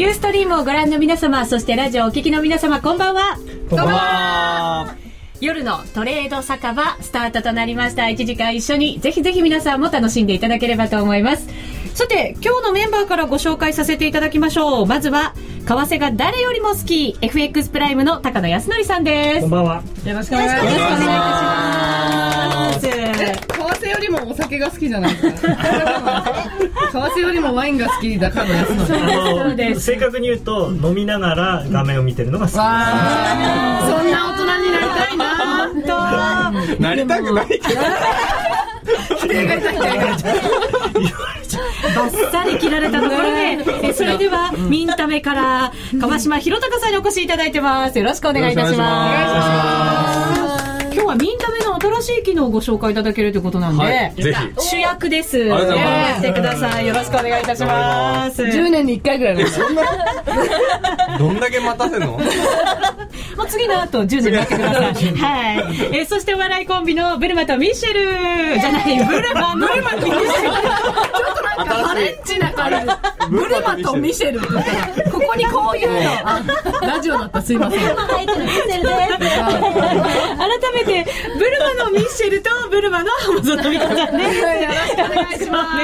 ユーストリームをご覧の皆様、そしてラジオをお聞きの皆様、こんばんは。 こんばんは。 夜のトレード酒場スタートとなりました。1時間一緒にぜひぜひ皆さんも楽しんでいただければと思います。さて、今日のメンバーからご紹介させていただきましょう。まずは為替が誰よりも好き FX プライムの高野康則さんです。 こんばんは。 よろしくお願いいたします。 為替よりもお酒が好きじゃないですか。為替よりもワインが好きだから安則。 そうです。 正確に言うと飲みながら画面を見てるのが好き。 そんな大人になりたいな。 なりたくないけど。 バッサリ切られたところで、それではミンタメから川島弘隆さんにお越しいただいてます。よろしくお願いいたします。今日はミンタメの新しい機能をご紹介いただけるということなんで、 はい、ぜひ主役です。 ありがとうございます。 してください。よろしくお願いいたします。 10年に1回ぐらいなんですよ。 どんだけ待たせんの？ もう次の後10年待ってください。はい。そしてお笑いコンビのブルマとミッシェルじゃない、ブルマとミッシェル。ちょっとなんかハレンチな感じ。ブルマとミシェルって言ったら、ここにこういうの。 ラジオだったらすいません。 改めてブルマのミッシェルとブルマの浜園美香ちゃんです。よろしくお願いします。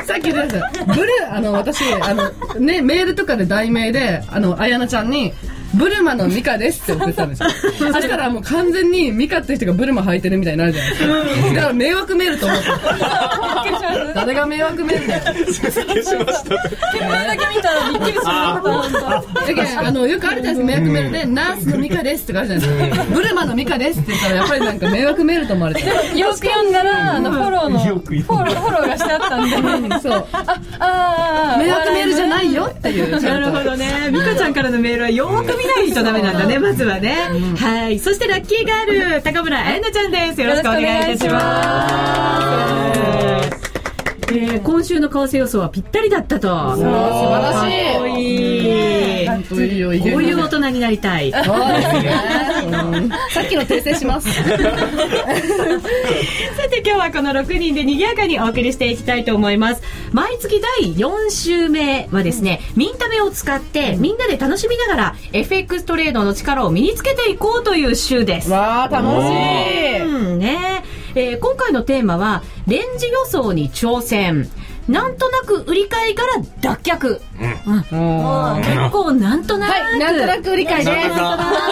さっきです私ね、メールとかで題名であやなちゃんにブルマのミカですって送ったんですよ。そしたらもう完全にミカって人がブルマ履いてるみたいになるじゃないですか。だから迷惑メールと思って誰が迷惑メールだよ。 消しました。 手前だけ見たらびっくりしました。 よくあるじゃないですか、迷惑メールでナースのミカですってあるじゃないですか。ブルマのミカですって言ったらやっぱりなんか迷惑メールと思われてる。 よく読んだらフォローがしてあったんで、 そう迷惑メールじゃないよっていう。 なるほどね。ミカちゃんからのメールはよーく見ないとダメなんだね、まずはね。はい。そしてラッキーガール高村彩乃ちゃんです。よろしくお願いいたします。今週の為替予想はぴったりだったと。 素晴らしい。 かっこいい。こういう大人になりたい。 さっきの訂正します。 さて今日はこの6人で賑やかにお送りしていきたいと思います。毎月第4週目はですね、ミンタメを使ってみんなで楽しみながら FX トレードの力を身につけていこうという週です。 わー、楽しい。 ね。今回のテーマはレンジ予想に挑戦、なんとなく売り買いから脱却。結構なんとなく、 はい、なんとなく売り買いです。 や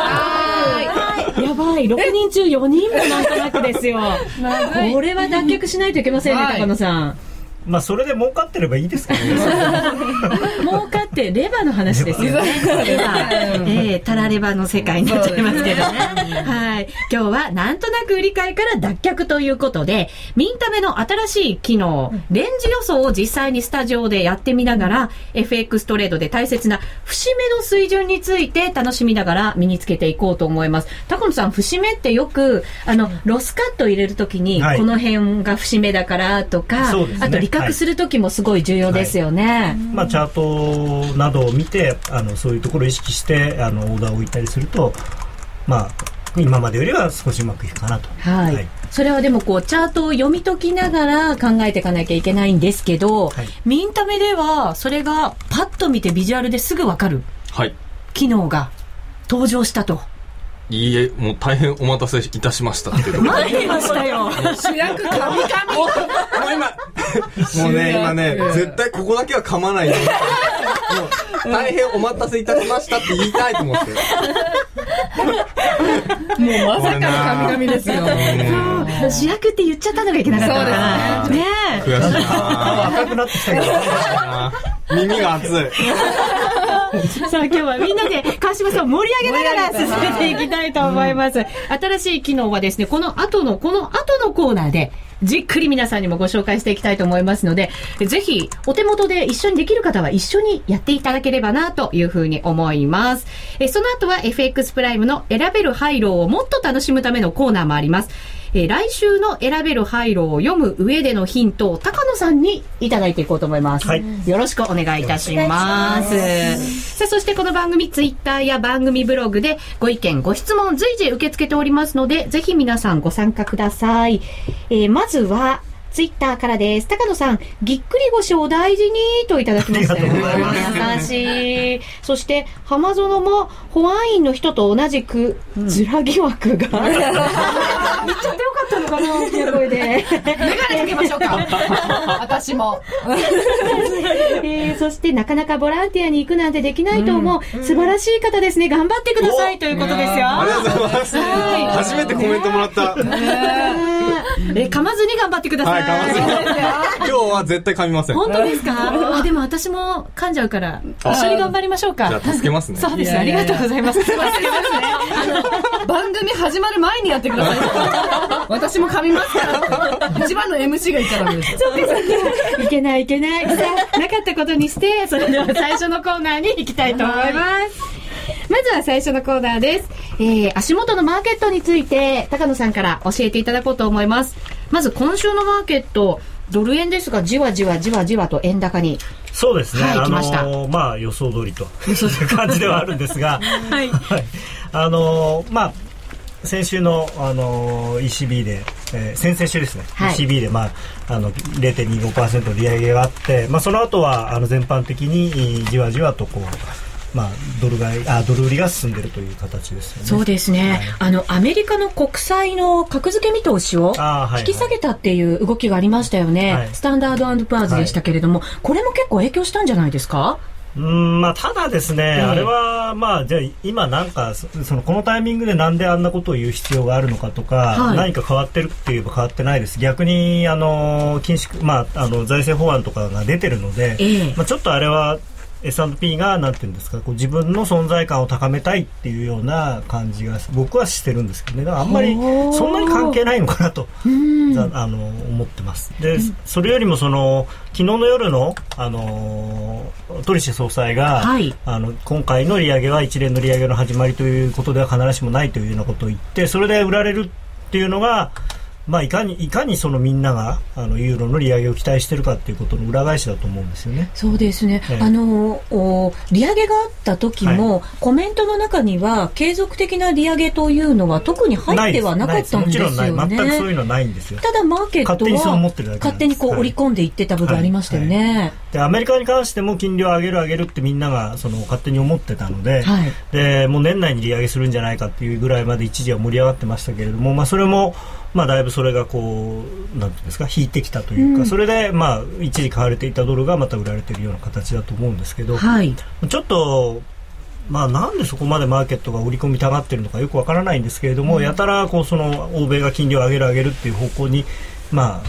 ばい、6人中4人もなんとなくですよ。これは脱却しないといけませんね、高野さん。 まあそれで儲かってればいいですけどね。 儲かってレバーの話ですよね。レバー、タラレバの世界になっちゃいますけどね。はい。今日はなんとなく売り買いから脱却ということで、ミンタメの新しい機能、レンジ予想を実際にスタジオでやってみながら、FX トレードで大切な節目の水準について楽しみながら身につけていこうと思います。高野さん、節目ってよくロスカット入れるときに、この辺が節目だからとか、あと利確するときもすごい重要ですよね。 まあチャートなどを見てそういうところを意識してオーダーを置いたりすると、まあ今までよりは少しうまくいくかなと。 はい。はい、それはでもチャートを読み解きながら考えていかなきゃいけないんですけど、はい、ミンタメではそれがパッと見てビジュアルですぐ分かる機能が登場したと。 いいえ、もう大変お待たせいたしましたってとこ待ってましたよ。 主役神々。 もうね、今ね、絶対ここだけは噛まないよ。もう大変お待たせいたしましたって言いたいと思って。 もうまさかの神々ですよ。 主役って言っちゃったのがいけなかったからね。 悔しいな。 赤くなってきたけど。 耳が熱い。 さあ今日はみんなで川島さんを盛り上げながら進めていきたいと思います。新しい機能はですね、この後のコーナーでじっくり皆さんにもご紹介していきたいと思いますので、ぜひお手元で一緒にできる方は一緒にやっていただければなというふうに思います。その後は FX プライムの選べる廃炉をもっと楽しむためのコーナーもあります。来週の選べる廃炉を読む上でのヒントを高野さんにいただいていこうと思います。はい、よろしくお願いいたします。さあ、そしてこの番組ツイッターや番組ブログでご意見ご質問随時受け付けておりますので、ぜひ皆さんご参加ください。まずはツイッターからです。高野さん、ぎっくり腰をお大事にといただきましたよ。優しい。そして浜園も保安員の人と同じくズラ疑惑が、言っちゃってよかったのかな、大きな声で。 メガネかけましょうか。私も。 そしてなかなかボランティアに行くなんてできないと思う、素晴らしい方ですね、頑張ってくださいということですよ。 ありがとうございます。初めてコメントもらった。 噛まずに頑張ってください。 はい、噛まずに。今日は絶対噛みません。 本当ですか？でも私も噛んじゃうから一緒に頑張りましょうか。 じゃあ助けますね。 そうですね、ありがとうございます。助けますね。 番組始まる前にやってください。私も噛みますから。一番の MC が言っちゃダメです。 そうですね。いけない。さあ、なかったことにして、それでは最初のコーナーに行きたいと思います。まずは最初のコーナーです。足元のマーケットについて高野さんから教えていただこうと思います。まず今週のマーケット、ドル円ですがじわじわと円高に。 そうですね。 はい、来ました。 まあ予想通りという感じではあるんですが、 はい。 まあ先週のECB で、先々週ですね。はい、ECB で0.25% 利上げがあって、その後は全般的にじわじわとこう。ドル売りが進んでいるという形ですよね。 そうですね、はい、アメリカの国債の格付け見通しを引き下げたっていう動きがありましたよね、はい、スタンダード&プアーズでしたけれども、はい、これも結構影響したんじゃないですか？ ただですね、あれはじゃあ今なんかこのタイミングでなんであんなことを言う必要があるのかとか、はい、何か変わってるって言えば変わってないです。逆に財政法案とかが出てるので、ちょっとあれはS&P がなんていうんですか、こう自分の存在感を高めたいっていうような感じが僕はしてるんですけどね。だからあんまりそんなに関係ないのかなと思ってます。で、それよりも昨日の夜のトリシェ総裁が、はい、今回の利上げは一連の利上げの始まりということでは必ずしもないというようなことを言って、それで売られるっていうのがいかにみんながユーロの利上げを期待しているかということの裏返しだと思うんですよね。 そうですね、利上げがあった時も、はい、コメントの中には継続的な利上げというのは特に入ってはなかったんですよね。 もちろんない、全くそういうのはないんですよ。 ただマーケットは勝手にそう思ってるだけなんです。 勝手に織り込んでいってた部分ありましたよね、はいはい、 でアメリカに関しても金利を上げるってみんなが勝手に思ってたので、はい、でもう年内に利上げするんじゃないかっていうぐらいまで一時は盛り上がってましたけれども、それもだいぶそれがこうなんていうんですか、引いてきたというか、それで一時買われていたドルがまた売られているような形だと思うんですけど、はい、ちょっとなんでそこまでマーケットが売り込みたがっているのかよくわからないんですけれども、やたら欧米が金利を上げるっていう方向に勝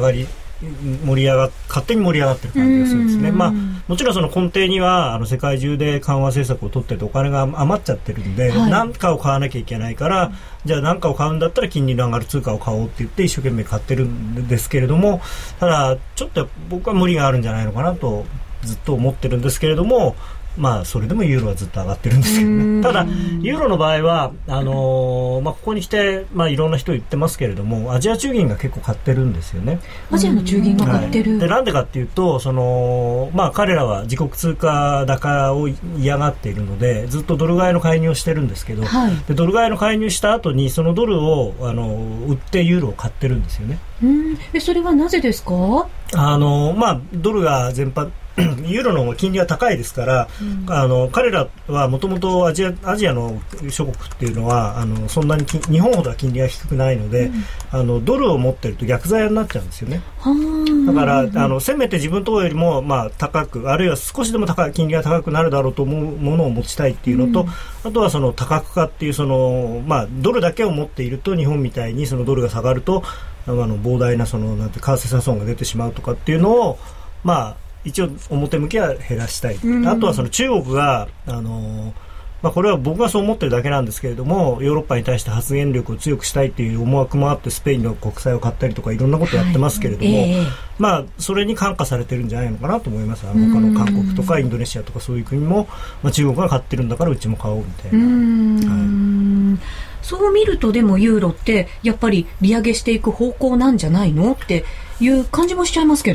手に盛り上がってる感じがするんですね。もちろんその根底には世界中で緩和政策を取っててお金が余っちゃってるんで、はい、何かを買わなきゃいけないから、じゃあ何かを買うんだったら金利の上がる通貨を買おうって言って一生懸命買ってるんですけれども、ただちょっと僕は無理があるんじゃないのかなとずっと思ってるんですけれども、それでもユーロはずっと上がってるんですけどね。ただユーロの場合はここに来て、いろんな人言ってますけれども、アジア中銀が結構買ってるんですよね。 アジアの中銀が買ってる、 はい、でなんでかっていうと彼らは自国通貨高を嫌がっているのでずっとドル買いの介入をしてるんですけど、はい、でドル買いの介入した後にそのドルを売ってユーロを買ってるんですよね。 それはなぜですか？ ドルが全般ユーロの金利は高いですから、彼らはもともとアジアの諸国っていうのはそんなに日本ほどは金利が低くないので、ドルを持ってると逆ザヤになっちゃうんですよね。だからせめて自分とよりも高く、あるいは少しでも金利が高くなるだろうと思うものを持ちたいっていうのと、あとは多角化っていうドルだけを持っていると日本みたいにドルが下がると膨大ななんて為替差損が出てしまうとかっていうのを一応表向きは減らしたい、あとは中国がこれは僕がそう思ってるだけなんですけれども、ヨーロッパに対して発言力を強くしたいという思惑もあってスペインの国債を買ったりとかいろんなことやってますけれども、それに感化されてるんじゃないのかなと思います。他の韓国とかインドネシアとかそういう国も、中国が買ってるんだからうちも買おうみたいな。 そう見るとでもユーロってやっぱり利上げしていく方向なんじゃないのっていう感じもしちゃいますけど。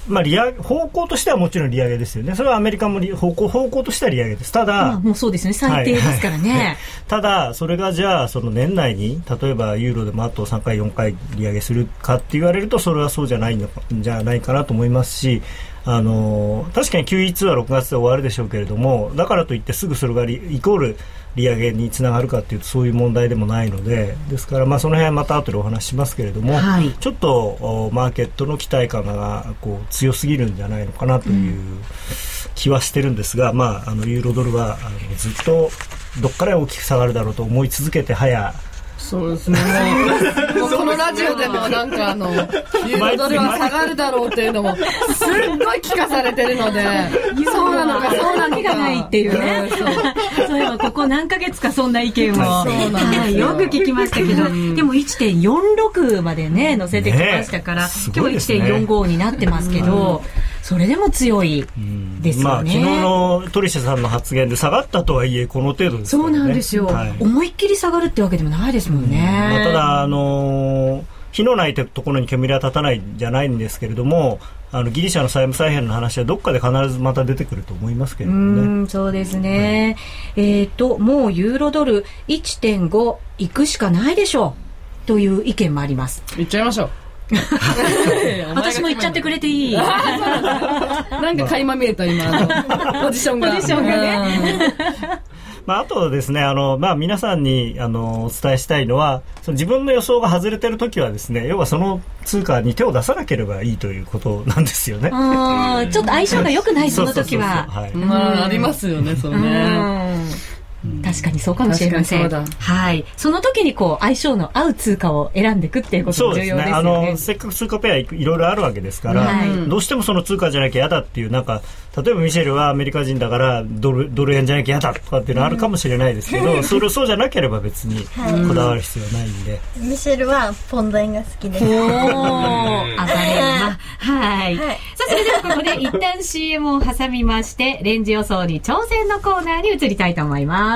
方向としてはもちろん利上げですよね。それはアメリカも方向としては利上げです。ただ、 もうそうですね、最低ですからね。 ただそれがじゃあその年内に例えばユーロでもあと3回4回利上げするかって言われると、それはそうじゃないかなと思いますし、確かに QE2 は6月で終わるでしょうけれども、だからといってすぐそれがイコール利上げにつながるかというとそういう問題でもないので、ですからその辺はまた後でお話ししますけれども、ちょっとマーケットの期待感が強すぎるんじゃないのかなという気はしてるんですが、ユーロドルはずっとどっから大きく下がるだろうと思い続けてそうですね。もうこのラジオでもなんかユーロドルは下がるだろうっていうのもすっごい聞かされてるので、そうなのかそうなのかがないっていうね。そういえばここ何ヶ月かそんな意見を、よく聞きましたけど、でも 1.46 までね載せてきましたから、今日 1.45 になってますけど、それでも強いですよね。 昨日のトリシャさんの発言で下がったとはいえこの程度ですからね。 そうなんですよ、思いっきり下がるってわけでもないですもんね。 ただ火のないところに煙は立たないじゃないんですけれども、ギリシャの債務再編の話はどっかで必ずまた出てくると思いますけれどもね。 そうですね、もうユーロドル 1.5 いくしかないでしょうという意見もあります。 いっちゃいましょう。 私も言っちゃってくれていい？ なんか垣間見えた今ポジションがね。 あとですね、皆さんにお伝えしたいのは、その自分の予想が外れてるときはですね、要はその通貨に手を出さなければいいということなんですよね。 ちょっと相性が良くないその時はありますよね、そうね。 確かにそうかもしれません。その時に相性の合う通貨を選んでいくっていうことも重要ですよね。 せっかく通貨ペアいろいろあるわけですから、どうしてもその通貨じゃなきゃ嫌だっていう、例えばミシェルはアメリカ人だからドル円じゃなきゃ嫌だとかっていうのはあるかもしれないですけど、そうじゃなければ別にこだわる必要はないんで。 ミシェルはポンド円が好きです。 それではここで一旦 CM を挟みまして、レンジ予想に挑戦のコーナーに移りたいと思います。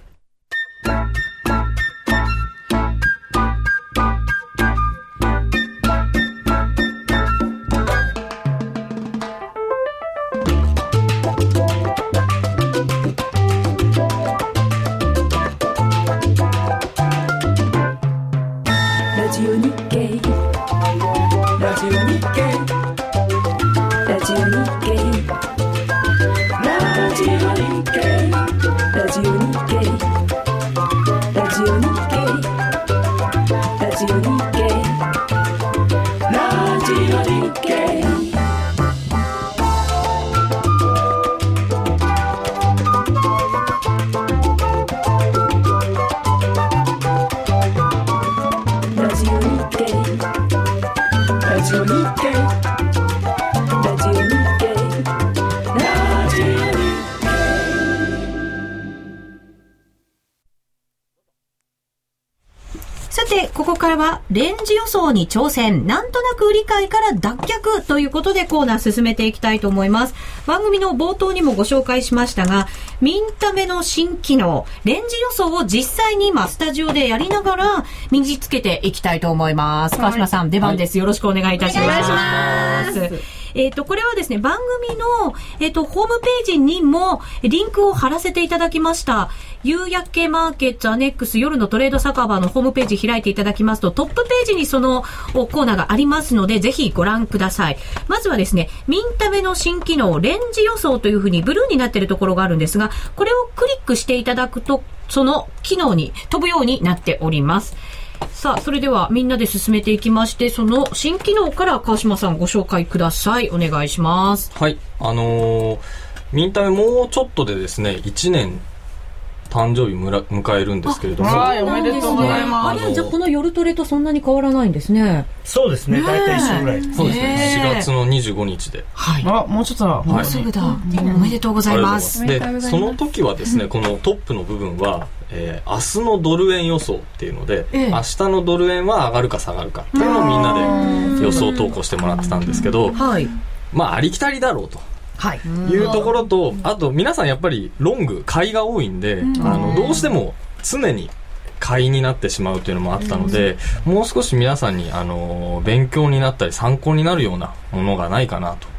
ここからはレンジ予想に挑戦、なんとなく売り買いから脱却ということでコーナー進めていきたいと思います。番組の冒頭にもご紹介しましたが、ミンタメの新機能レンジ予想を実際に今スタジオでやりながら身につけていきたいと思います。川島さん、出番です。よろしくお願いいたします。お願いします。これはですね、番組の、ホームページにもリンクを貼らせていただきました。夕焼けマーケットアネックス夜のトレード酒場のホームページ開いていただきますと、トップページにそのコーナーがありますので、ぜひご覧ください。まずはですね、ミンタメの新機能、レンジ予想というふうにブルーになっているところがあるんですが、これをクリックしていただくと、その機能に飛ぶようになっております。さあ、それではみんなで進めていきまして、その新機能から川島さんご紹介ください。お願いします。 はい、ミンタメもうちょっとでですね、1年誕生日迎えるんですけれども、 はい、おめでとうございます。 じゃあこの夜トレとそんなに変わらないんですね。 そうですね、大体一緒ぐらい。 そうですね、4月の25日で。 はい。 もうちょっとだ。 もうすぐだ。おめでとうございます。 で、その時はですね、このトップの部分は、明日のドル円予想っていうので、明日のドル円は上がるか下がるかっていうのをみんなで予想投稿してもらってたんですけど、ありきたりだろうと。いうところと、あと皆さんやっぱりロング買いが多いんで、どうしても常に買いになってしまうというのもあったので、もう少し皆さんに勉強になったり参考になるようなものがないかな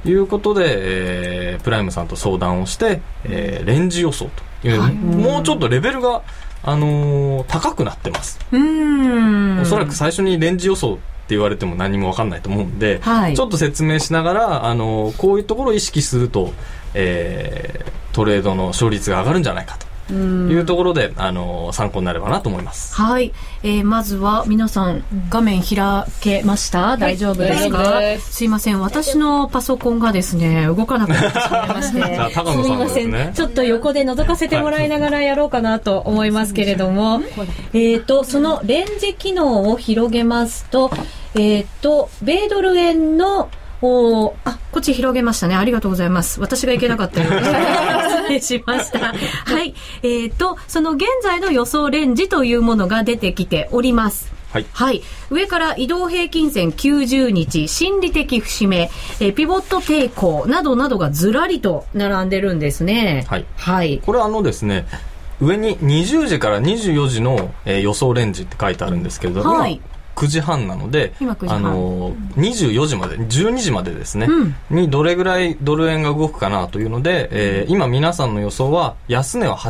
いうことで、プライムさんと相談をして、レンジ予想という、もうちょっとレベルが、高くなってます。おそらく最初にレンジ予想って言われても何も分かんないと思うんで、ちょっと説明しながら、こういうところを意識すると、トレードの勝率が上がるんじゃないかというところで、参考になればなと思います。 はい、まずは皆さん画面開けました？大丈夫ですか？すいません、私のパソコンがですね動かなくなってしまいましてすいません、ちょっと横で覗かせてもらいながらやろうかなと思いますけれども、そのレンジ機能を広げますと、米ドル円のこっち広げましたね。ありがとうございます。私がいけなかったようです失礼しました。はい。その現在の予想レンジというものが出てきております。はい。はい。上から移動平均線90日、心理的節目、ピボット抵抗などなどがずらりと並んでるんですね。はい。はい。 これですね、上に20時から24時の、予想レンジって書いてあるんですけれども、はい。9時半なので、24時まで、12時までですね、にどれぐらいドル円が動くかなというので、今皆さんの予想は、安値は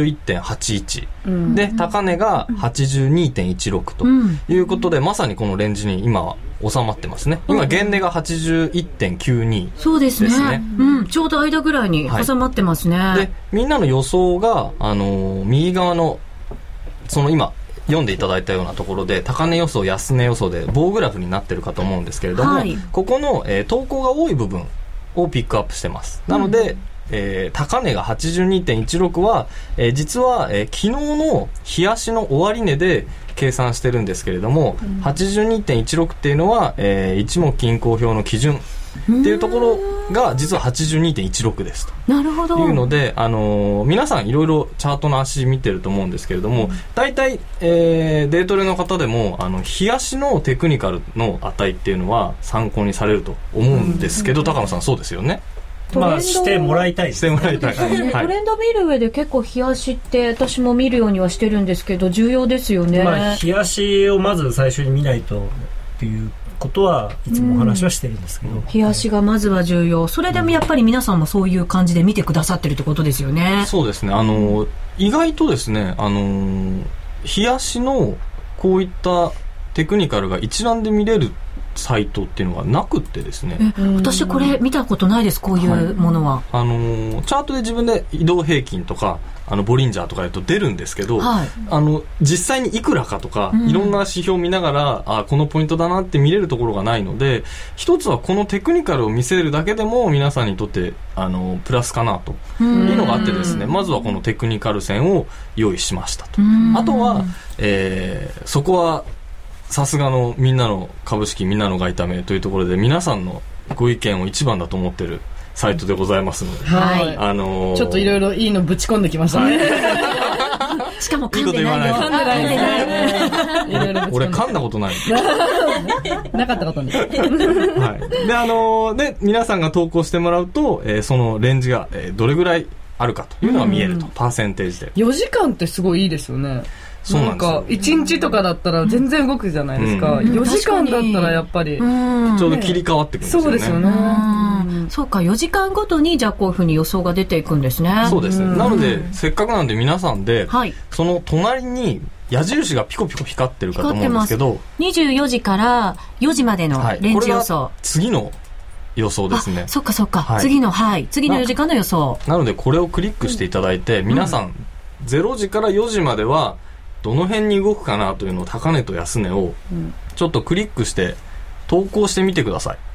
81.81、で、高値が 82.16 ということで、まさにこのレンジに今は収まってますね。今、現値が 81.92 そうですね。ちょうど間ぐらいに収まってますね。 で、みんなの予想が、右側の、今、読んでいただいたようなところで高値予想安値予想で棒グラフになってるかと思うんですけれども、ここの、投稿が多い部分をピックアップしてます。なので、高値が 82.16 は、実は、昨日の日足の終値で計算してるんですけれども、82.16 っていうのは、一目均衡表の基準っていうところが実は 82.16 ですと。 なるほど。 いうので、皆さんいろいろチャートの足見てると思うんですけれども、大体、デートレの方でも日足のテクニカルの値っていうのは参考にされると思うんですけど、高野さんそうですよね。 してもらいたい。 してもらいたい。 トレンド見る上で結構日足って私も見るようにはしてるんですけど、重要ですよね。 日足をまず最初に見ないとっていうことはいつもお話はしてるんですけど、 日足がまずは重要。それでもやっぱり皆さんもそういう感じで見てくださってるってことですよね。 そうですね。意外とですね、日足のこういったテクニカルが一覧で見れるサイトっていうのがなくってですね、 私これ見たことないです。こういうものは、 チャートで自分で移動平均とかボリンジャーとかやると出るんですけど、実際にいくらかとか、いろんな指標を見ながらこのポイントだなって見れるところがないので、一つはこのテクニカルを見せるだけでも皆さんにとってプラスかなというのがあってですね、まずはこのテクニカル線を用意しましたと。あとは、そこはさすがのみんなの株式みんなの外為というところで皆さんのご意見を一番だと思ってるサイトでございますので、 ちょっといろいろいいのぶち込んできましたね。 しかも噛んでないよ。 俺噛んだことない。 なかったことに。 で皆さんが投稿してもらうと、そのレンジが、どれぐらいあるかというのが見えると、パーセンテージで。 4時間ってすごいいいですよね。 そうなんですよ。 なんか1日とかだったら全然動くじゃないですか。4時間だったらやっぱりちょうど切り替わってくるんですよね。 そうですよね。 そうか、4時間ごとにじゃあこういうふうに予想が出ていくんですね。 そうですね。なのでせっかくなんで皆さんで、その隣に矢印がピコピコ光ってるかと思うんですけど、 24時から4時までのレンジ予想、 次の予想ですね。 そっかそっか、次の4時間の予想なので、これをクリックしていただいて、皆さん0時から4時まではどの辺に動くかなというのを、高値と安値をちょっとクリックして投稿してみてください。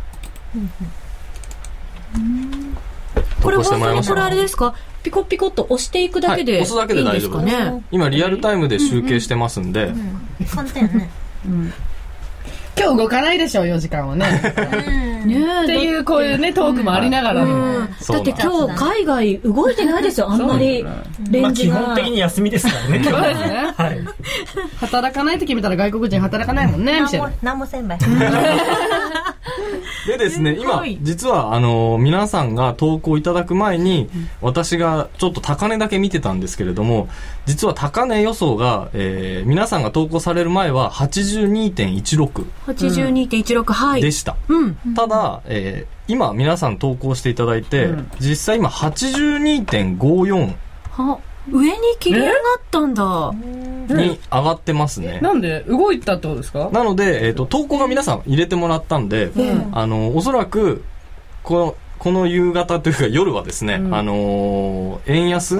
これ本当にこれあれですか、ピコピコっと押していくだけでいいんですかね。 押すだけで大丈夫です。今リアルタイムで集計してますんで、 簡単よね。 今日動かないでしょ4時間はね。っていうこういうねトークもありながら、 だって今日海外動いてないですよ、あんまりレンジが。 基本的に休みですからね。 そうですね。働かないと決めたら外国人働かないもんねみたいな。 何もせんばい。 でですね、今、実は皆さんが投稿いただく前に、私がちょっと高値だけ見てたんですけれども、実は高値予想が、皆さんが投稿される前は 82.16 はい、 でした。ただ、今皆さん投稿していただいて、実際今 82.54 上に切り上がったんだに上がってますね。 なんで動いたってことですか？ なので、投稿が皆さん入れてもらったんで、おそらくこの夕方というか夜はですね、円安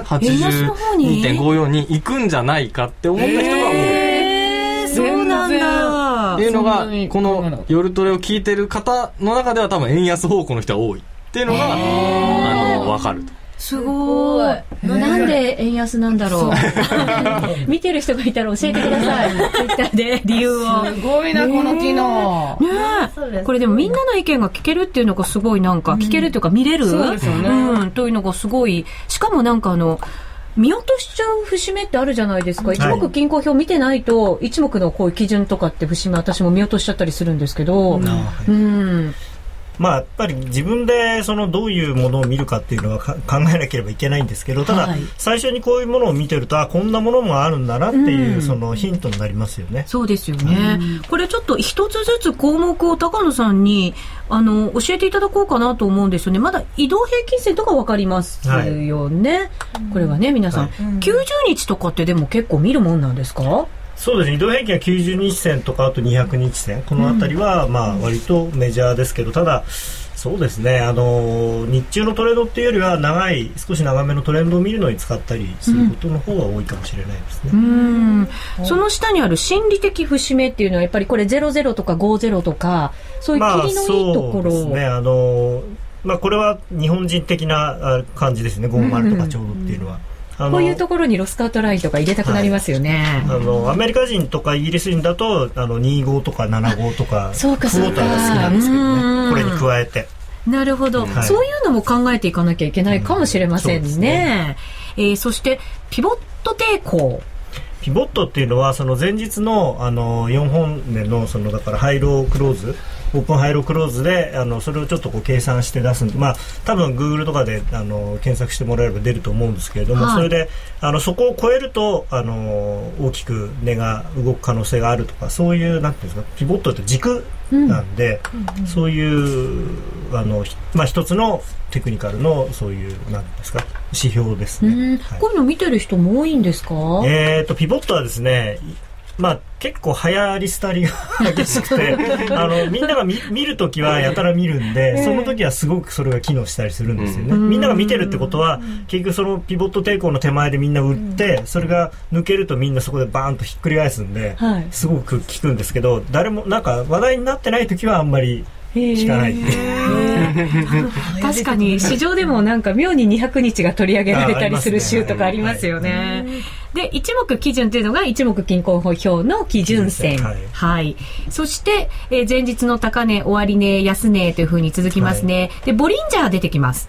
82.54 に行くんじゃないかって思った人が多い。 そうなんだっていうのが、この夜トレを聞いてる方の中では多分円安方向の人が多いっていうのが分かると。 すごい。なんで円安なんだろう。見てる人がいたら教えてください。ツイッターで理由を。 すごいな、この機能。 これでもみんなの意見が聞けるっていうのがすごいなんか、聞けるというか見れる。 そうですよね。 というのがすごい。しかもなんか見落としちゃう節目ってあるじゃないですか。一目均衡表見てないと、一目のこういう基準とかって節目私も見落としちゃったりするんですけど。 まあ、やっぱり自分でどういうものを見るかっていうのは考えなければいけないんですけど、ただ最初にこういうものを見てると、こんなものもあるんだなっていうヒントになりますよね。 そうですよね。これちょっと一つずつ項目を高野さんに教えていただこうかなと思うんですよね。まだ移動平均線とか分かりますよね。これはね、皆さん、90日とかってでも結構見るもんなんですか？ そうですね、移動平均は90日線とかあと200日線、このあたりはまあ割とメジャーですけど、ただそうですね、日中のトレンドっていうよりは少し長めのトレンドを見るのに使ったりすることの方が多いかもしれないですね。 その下にある心理的節目っていうのはやっぱりこれ00とか50とかそういう切りのいいところ、 そうですね、これは日本人的な感じですね、50とかちょうどっていうのは。 こういうところにロスカートラインとか入れたくなりますよね。 アメリカ人とかイギリス人だと25とか75とかそうかそうか、 クォーターが好きなんですけどね、これに加えて。 なるほど、そういうのも考えていかなきゃいけないかもしれませんね。そしてピボット抵抗。 ピボットっていうのは前日の4本目のだからハイロークローズ、オープンハイロークローズでそれをちょっと計算して出すんで、多分 Google とかで検索してもらえれば出ると思うんですけれども、それでそこを超えると大きく値が動く可能性があるとか、そういうなんていうんですか、ピボットって軸なんで、そういう一つのテクニカルのそういうなんですか指標ですね。 こういうの見てる人も多いんですか？ ピボットはですね、結構流行り廃りが激しくてみんなが見るときはやたら見るんで、その時はすごくそれが機能したりするんですよね。みんなが見てるってことは結局そのピボット抵抗の手前でみんな売って、それが抜けるとみんなそこでバーンとひっくり返すんで、すごく効くんですけど、誰もなんか話題になってない時はあんまり聞かない確かに市場でもなんか妙に200日が取り上げられたりする週とかありますよね。で、一目基準というのが一目均衡表の基準線。そして、前日の高値、終値、安値というふうに続きますね。で、ボリンジャー出てきます。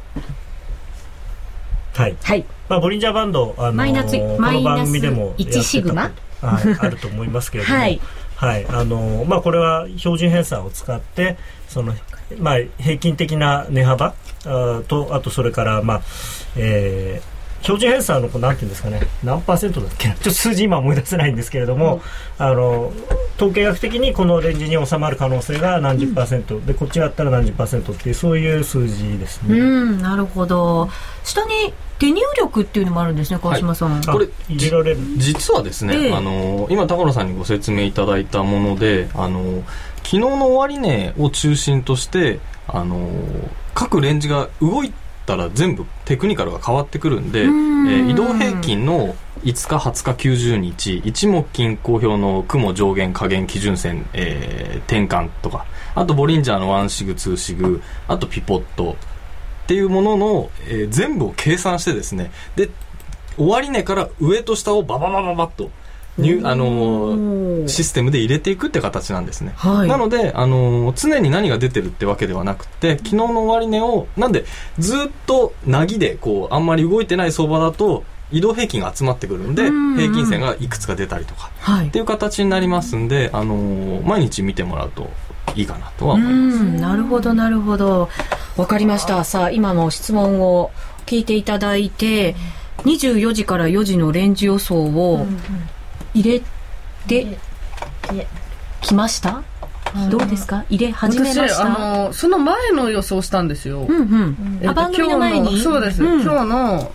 ボリンジャーバンド、この番組でも 1シグマあると思いますけれども、これは標準偏差を使って平均的な値幅と、あとそれから標準偏差のなんていうんですかね、何パーセントだっけな、ちょっと数字今思い出せないんですけれども、統計学的にこのレンジに収まる可能性が何十パーセントで、こっちがあったら何十パーセントっていう、そういう数字ですね。 なるほど。下に手入力っていうのもあるんですね、川島さん。 これ入れられる。実はですね、今高野さんにご説明いただいたもので、昨日の終値を中心として各レンジが動いたら全部テクニカルが変わってくるんで、移動平均の5日、20日、90日、一目均衡表の雲上限下限基準線、転換とか、あとボリンジャーの1シグ、2シグ、あとピポットっていうものの、全部を計算してですね、で終値から上と下をバババババッとシステムで入れていくって形なんですね。なので常に何が出てるってわけではなくて、昨日の終値をなんでずっとなぎであんまり動いてない相場だと移動平均が集まってくるんで、平均線がいくつか出たりとかっていう形になりますんで、毎日見てもらうといいかなとは思います。 なるほどなるほど、わかりました。さあ今の質問を聞いていただいて、24時から4時のレンジ予想を入れてきました？どうですか？入れ始めました？ 私その前の予想したんですよ。 番組の前にそうです、今日の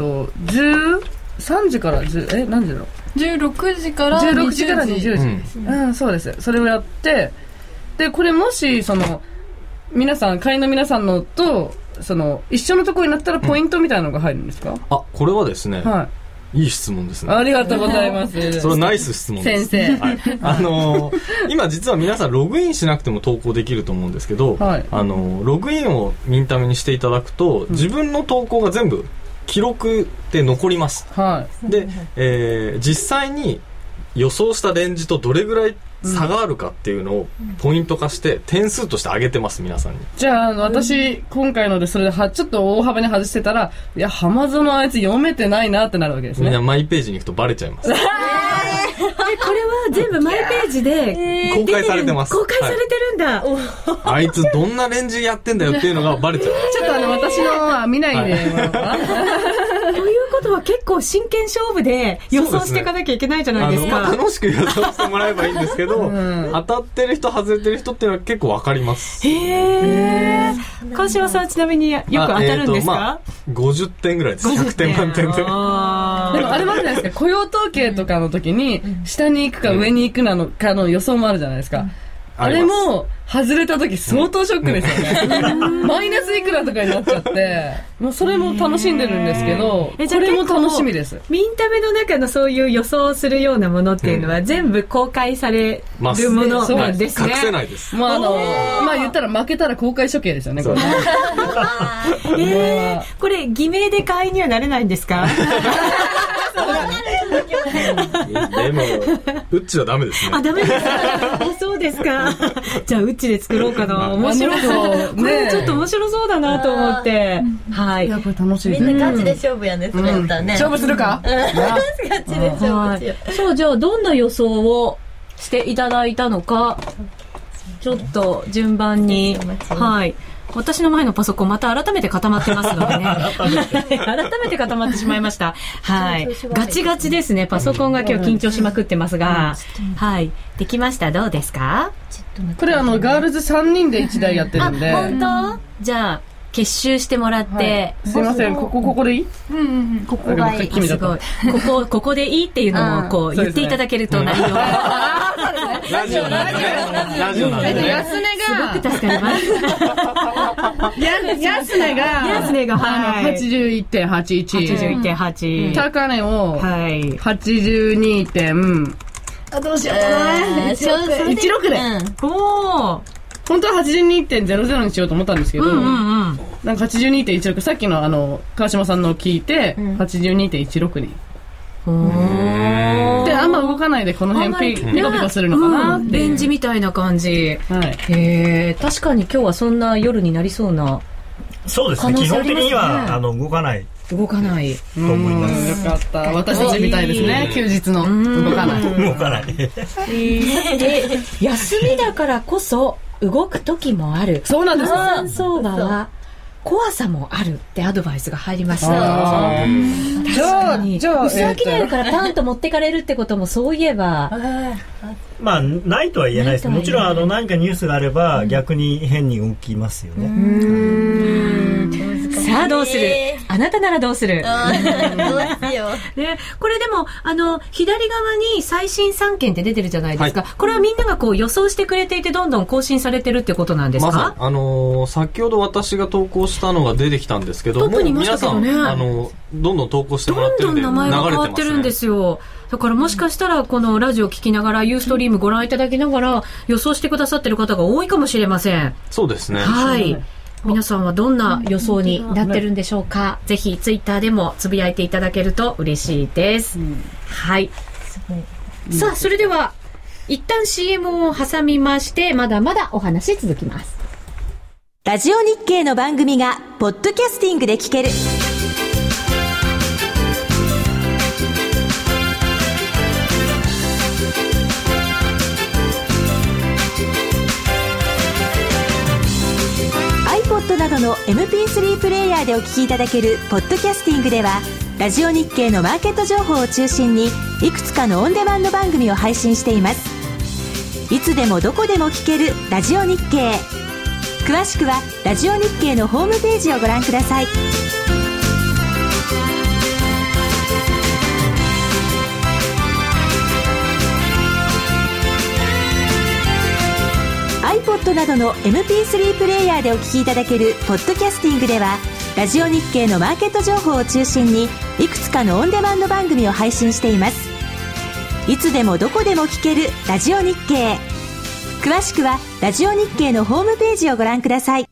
13時から何時だろう、 16時から 16時から20時です、そうです。それをやって、でこれもし皆さん会員の皆さんのと一緒のところになったらポイントみたいなのが入るんですか？ これはですね、いい質問ですね。 ありがとうございます。 それはナイス質問です。 先生。 今実は皆さんログインしなくても投稿できると思うんですけど、ログインをミンタメにしていただくと、自分の投稿が全部記録で残ります。で、実際に予想したレンジとどれぐらい差があるかっていうのをポイント化して点数として上げてます、皆さんに。 じゃあ私今回のでそれでちょっと大幅に外してたら、いや浜園あいつ読めてないなってなるわけですね。 みんなマイページに行くとバレちゃいます。 これは全部マイページで公開されてます。 公開されてるんだ、 あいつどんなレンジやってんだよっていうのがバレちゃう。 ちょっと私のは見ないでということは結構真剣勝負で予想していかなきゃいけないじゃないですか。 楽しく予想してもらえばいいんですけど、当たってる人外れてる人っていうのは結構わかります。 川島さんちなみによく当たるんですか ？50点ぐらいです。100点満点で。でもあれもあるじゃないですか、雇用統計とかの時に下に行くか上に行くかの予想もあるじゃないですか。あれも外れた時相当ショックですよね。マイナスいくらとかになっちゃって、もうそれも楽しんでるんですけど、これも楽しみです。 ミンタメの中のそういう予想するようなものっていうのは全部公開されるものなんですね。 隠せないです。 まあ言ったら負けたら公開処刑ですよね、これ。 これ偽名で会員にはなれないんですか？ でもウッチはダメですね。 ダメですか？そうですか。じゃあウッチで作ろうかな。面白そう。これちょっと面白そうだなと思って。はい。 いやこれ楽しい。 みんなガチで勝負やね。それやったらね。 勝負するか？ ガチで勝負しよう。 そう、じゃあどんな予想をしていただいたのか、ちょっと順番に。はい。私の前のパソコンまた改めて固まってますのでね。改めて固まってしまいました。はい。ガチガチですね。パソコンが今日緊張しまくってますが。はい。できました。どうですか？ これガールズ3人で1台やってるんで。 本当？じゃあ、結集してもらって。 すいません、ここでいい？ ここがいい。 すごい。ここでいいっていうのをこう言っていただけると内容が。 ラジオなんでね。ラジオなんでね。 安値がすごく助かります。 安値が 81.81。高値を 82. 点。どうしようかな。16で。 おー。 本当は 82.00 にしようと思ったんですけど、なんか 82.16、さっきの川島さんの聞いて、82.16 に。で、あんま動かないでこの辺ピコピコするのかなっていう。 レンジみたいな感じ。確かに今日はそんな夜になりそうな。 そうですね。基本的には動かない。 動かないと思います。 よかった。私たちみたいですね。休日の動かない。 動かない。 休みだからこそ動く時もある。 そうなんですよ。 相場は怖さもあるってアドバイスが入りました。確かに。薄商いからパンと持ってかれるってこともそういえば。 まあないとは言えないです。もちろん何かニュースがあれば逆に変に動きますよね。 さあどうする？あなたならどうする？ どうしよう。 ね、これでも左側に最新3件って出てるじゃないですか。これはみんながこう予想してくれていてどんどん更新されてるってことなんですか？ 先ほど私が投稿したのが出てきたんですけど、もう皆さんどんどん投稿してもらってるんでどんどん名前が変わってるんですよ。だからもしかしたらこのラジオ聞きながらユーストリームご覧いただきながら予想してくださってる方が多いかもしれません。 そうですね。 はい。皆さんはどんな予想になってるんでしょうか？ぜひツイッターでもつぶやいていただけると嬉しいです。はい。さあそれでは一旦 CM を挟みましてまだまだお話続きます。 ラジオ日経の番組がポッドキャスティングで聞ける。 MP3 プレイヤーでお聞きいただけるポッドキャスティングでは、ラジオ日経のマーケット情報を中心にいくつかのオンデマンド番組を配信しています。いつでもどこでも聞けるラジオ日経。詳しくはラジオ日経のホームページをご覧ください。iPod などの MP3 プレイヤーでお聞きいただけるポッドキャスティングでは、ラジオ日経のマーケット情報を中心にいくつかのオンデマンド番組を配信しています。いつでもどこでも聞けるラジオ日経。詳しくはラジオ日経のホームページをご覧ください。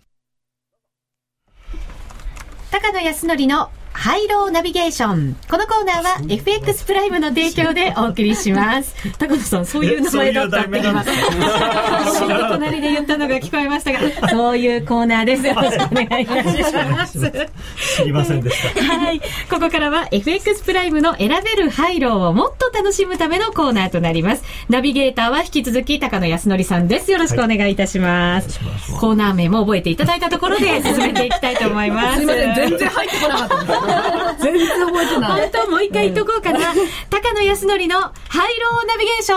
高野康則のハイローナビゲーション。このコーナーは FX プライムの提供でお送りします。高野さん、そういう名前だったって今、隣で言ったのが聞こえましたが、そういうコーナーです。よろしくお願いいたします。 知りませんでした。 はい。ここからは FX プライムの選べるハイローをもっと楽しむためのコーナーとなります。ナビゲーターは引き続き高野康則さんです。よろしくお願いいたします。はい、コーナー名も覚えていただいたところで進めていきたいと思います。 すいません、全然入ってこなかったです。全然覚えてない。 本当、もう一回言っとこうかな。高野康則のハイローナビゲーショ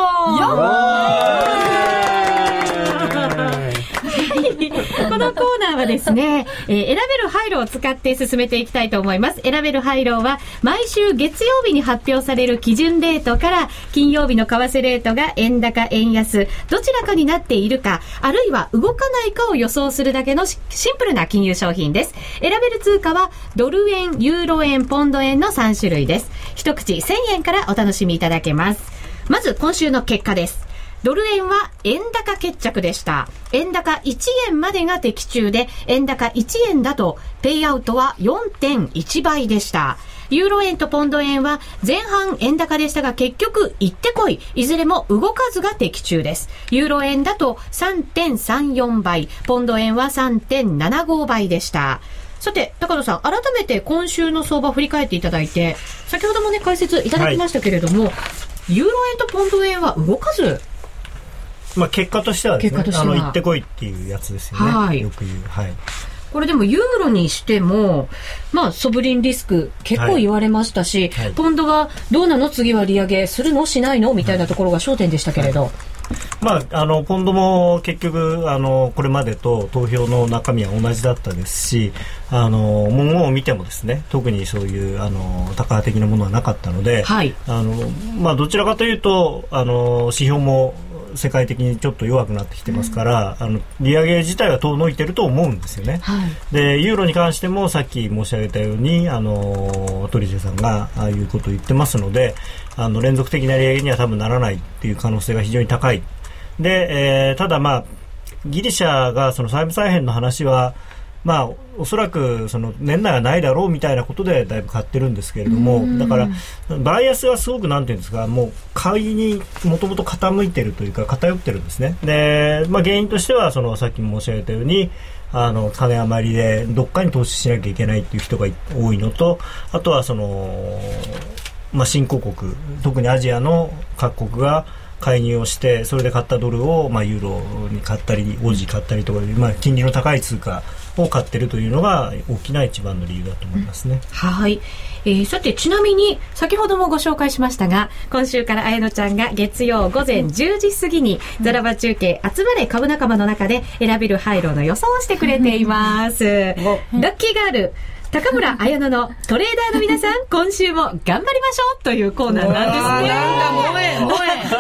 ン。このコーナーはですね、選べるハイローを使って進めていきたいと思います。選べるハイローは毎週月曜日に発表される基準レートから金曜日の為替レートが円高円安どちらかになっているか、あるいは動かないかを予想するだけのシンプルな金融商品です。選べる通貨はドル円、ユーロ円、ポンド円の3種類です。一口1000円からお楽しみいただけます。まず今週の結果です。ドル円は円高決着でした。円高1円までが的中で、円高1円だとペイアウトは 4.1 倍でした。ユーロ円とポンド円は前半円高でしたが結局行ってこい、いずれも動かずが的中です。ユーロ円だと 3.34 倍、ポンド円は 3.75 倍でした。さて高野さん、改めて今週の相場を振り返っていただいて、先ほどもね解説いただきましたけれども、ユーロ円とポンド円は動かず、 結果としてはですね、行ってこいっていうやつですよね、はい、よく言う、はい、 これでもユーロにしても、ソブリンリスク結構言われましたし、はいはい、ポンドはどうなの、次は利上げするのしないのみたいなところが焦点でしたけれど、 ポンドも結局これまでと投票の中身は同じだったですし、ものを見てもですね、特にそういうタカ派的なものはなかったので、はい、どちらかというと指標も世界的にちょっと弱くなってきてますから、利上げ自体は遠のいてると思うんですよね、はい、でユーロに関してもさっき申し上げたように鳥瀬さんがああいうことを言ってますので、連続的な利上げには多分ならないっていう可能性が非常に高いで、ただギリシャがその債務再編の話はおそらくその年内はないだろうみたいなことでだいぶ買ってるんですけれども、だからバイアスはすごくなんていうんですか、もう買いにもともと傾いてるというか偏ってるんですね。で、原因としてはさっきも申し上げたように金余りでどっかに投資しなきゃいけないっていう人が多いのと、あとは新興国、特にアジアの各国が介入をして、それで買ったドルをユーロに買ったりオージー買ったりとか、金利の高い通貨を買っているというのが大きな一番の理由だと思いますね。 はい、さてちなみに先ほどもご紹介しましたが、今週から綾乃ちゃんが月曜午前10時過ぎにザラバ中継集まれ株仲間の中で選べるハイローの予想をしてくれています。ラッキーガール高村彩乃のトレーダーの皆さん、今週も頑張りましょうというコーナーなんです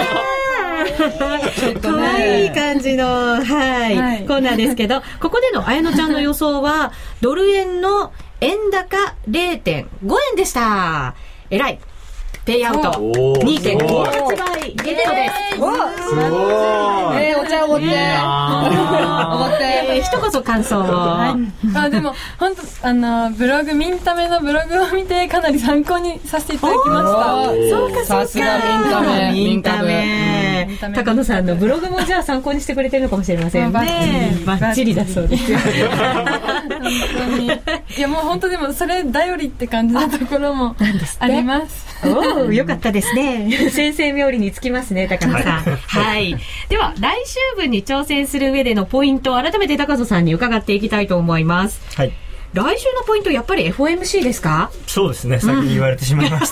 ね。かわいい感じの、コーナーですけど、ここでの彩乃ちゃんの予想はドル円の円高 0.5 円でした。えらい。ペイアウト 2.58 倍ゲットです。 すごい。お茶おごって。おごって。 一言感想を。 でも本当ブログミンタメのブログを見てかなり参考にさせていただきました。 そうかさすがミンタメ。 高野さんのブログもじゃあ参考にしてくれてるのかもしれませんね。バッチリだそうですよ。 本当に。いやもう本当でもそれ頼りって感じのところもあります。 よかったですね。先生冥利につきますね、高野さん。はい。では来週分に挑戦する上でのポイントを改めて高曽さんに伺っていきたいと思います。 はい。 来週のポイントやっぱり FOMC ですか？ そうですね、先に言われてしまいました。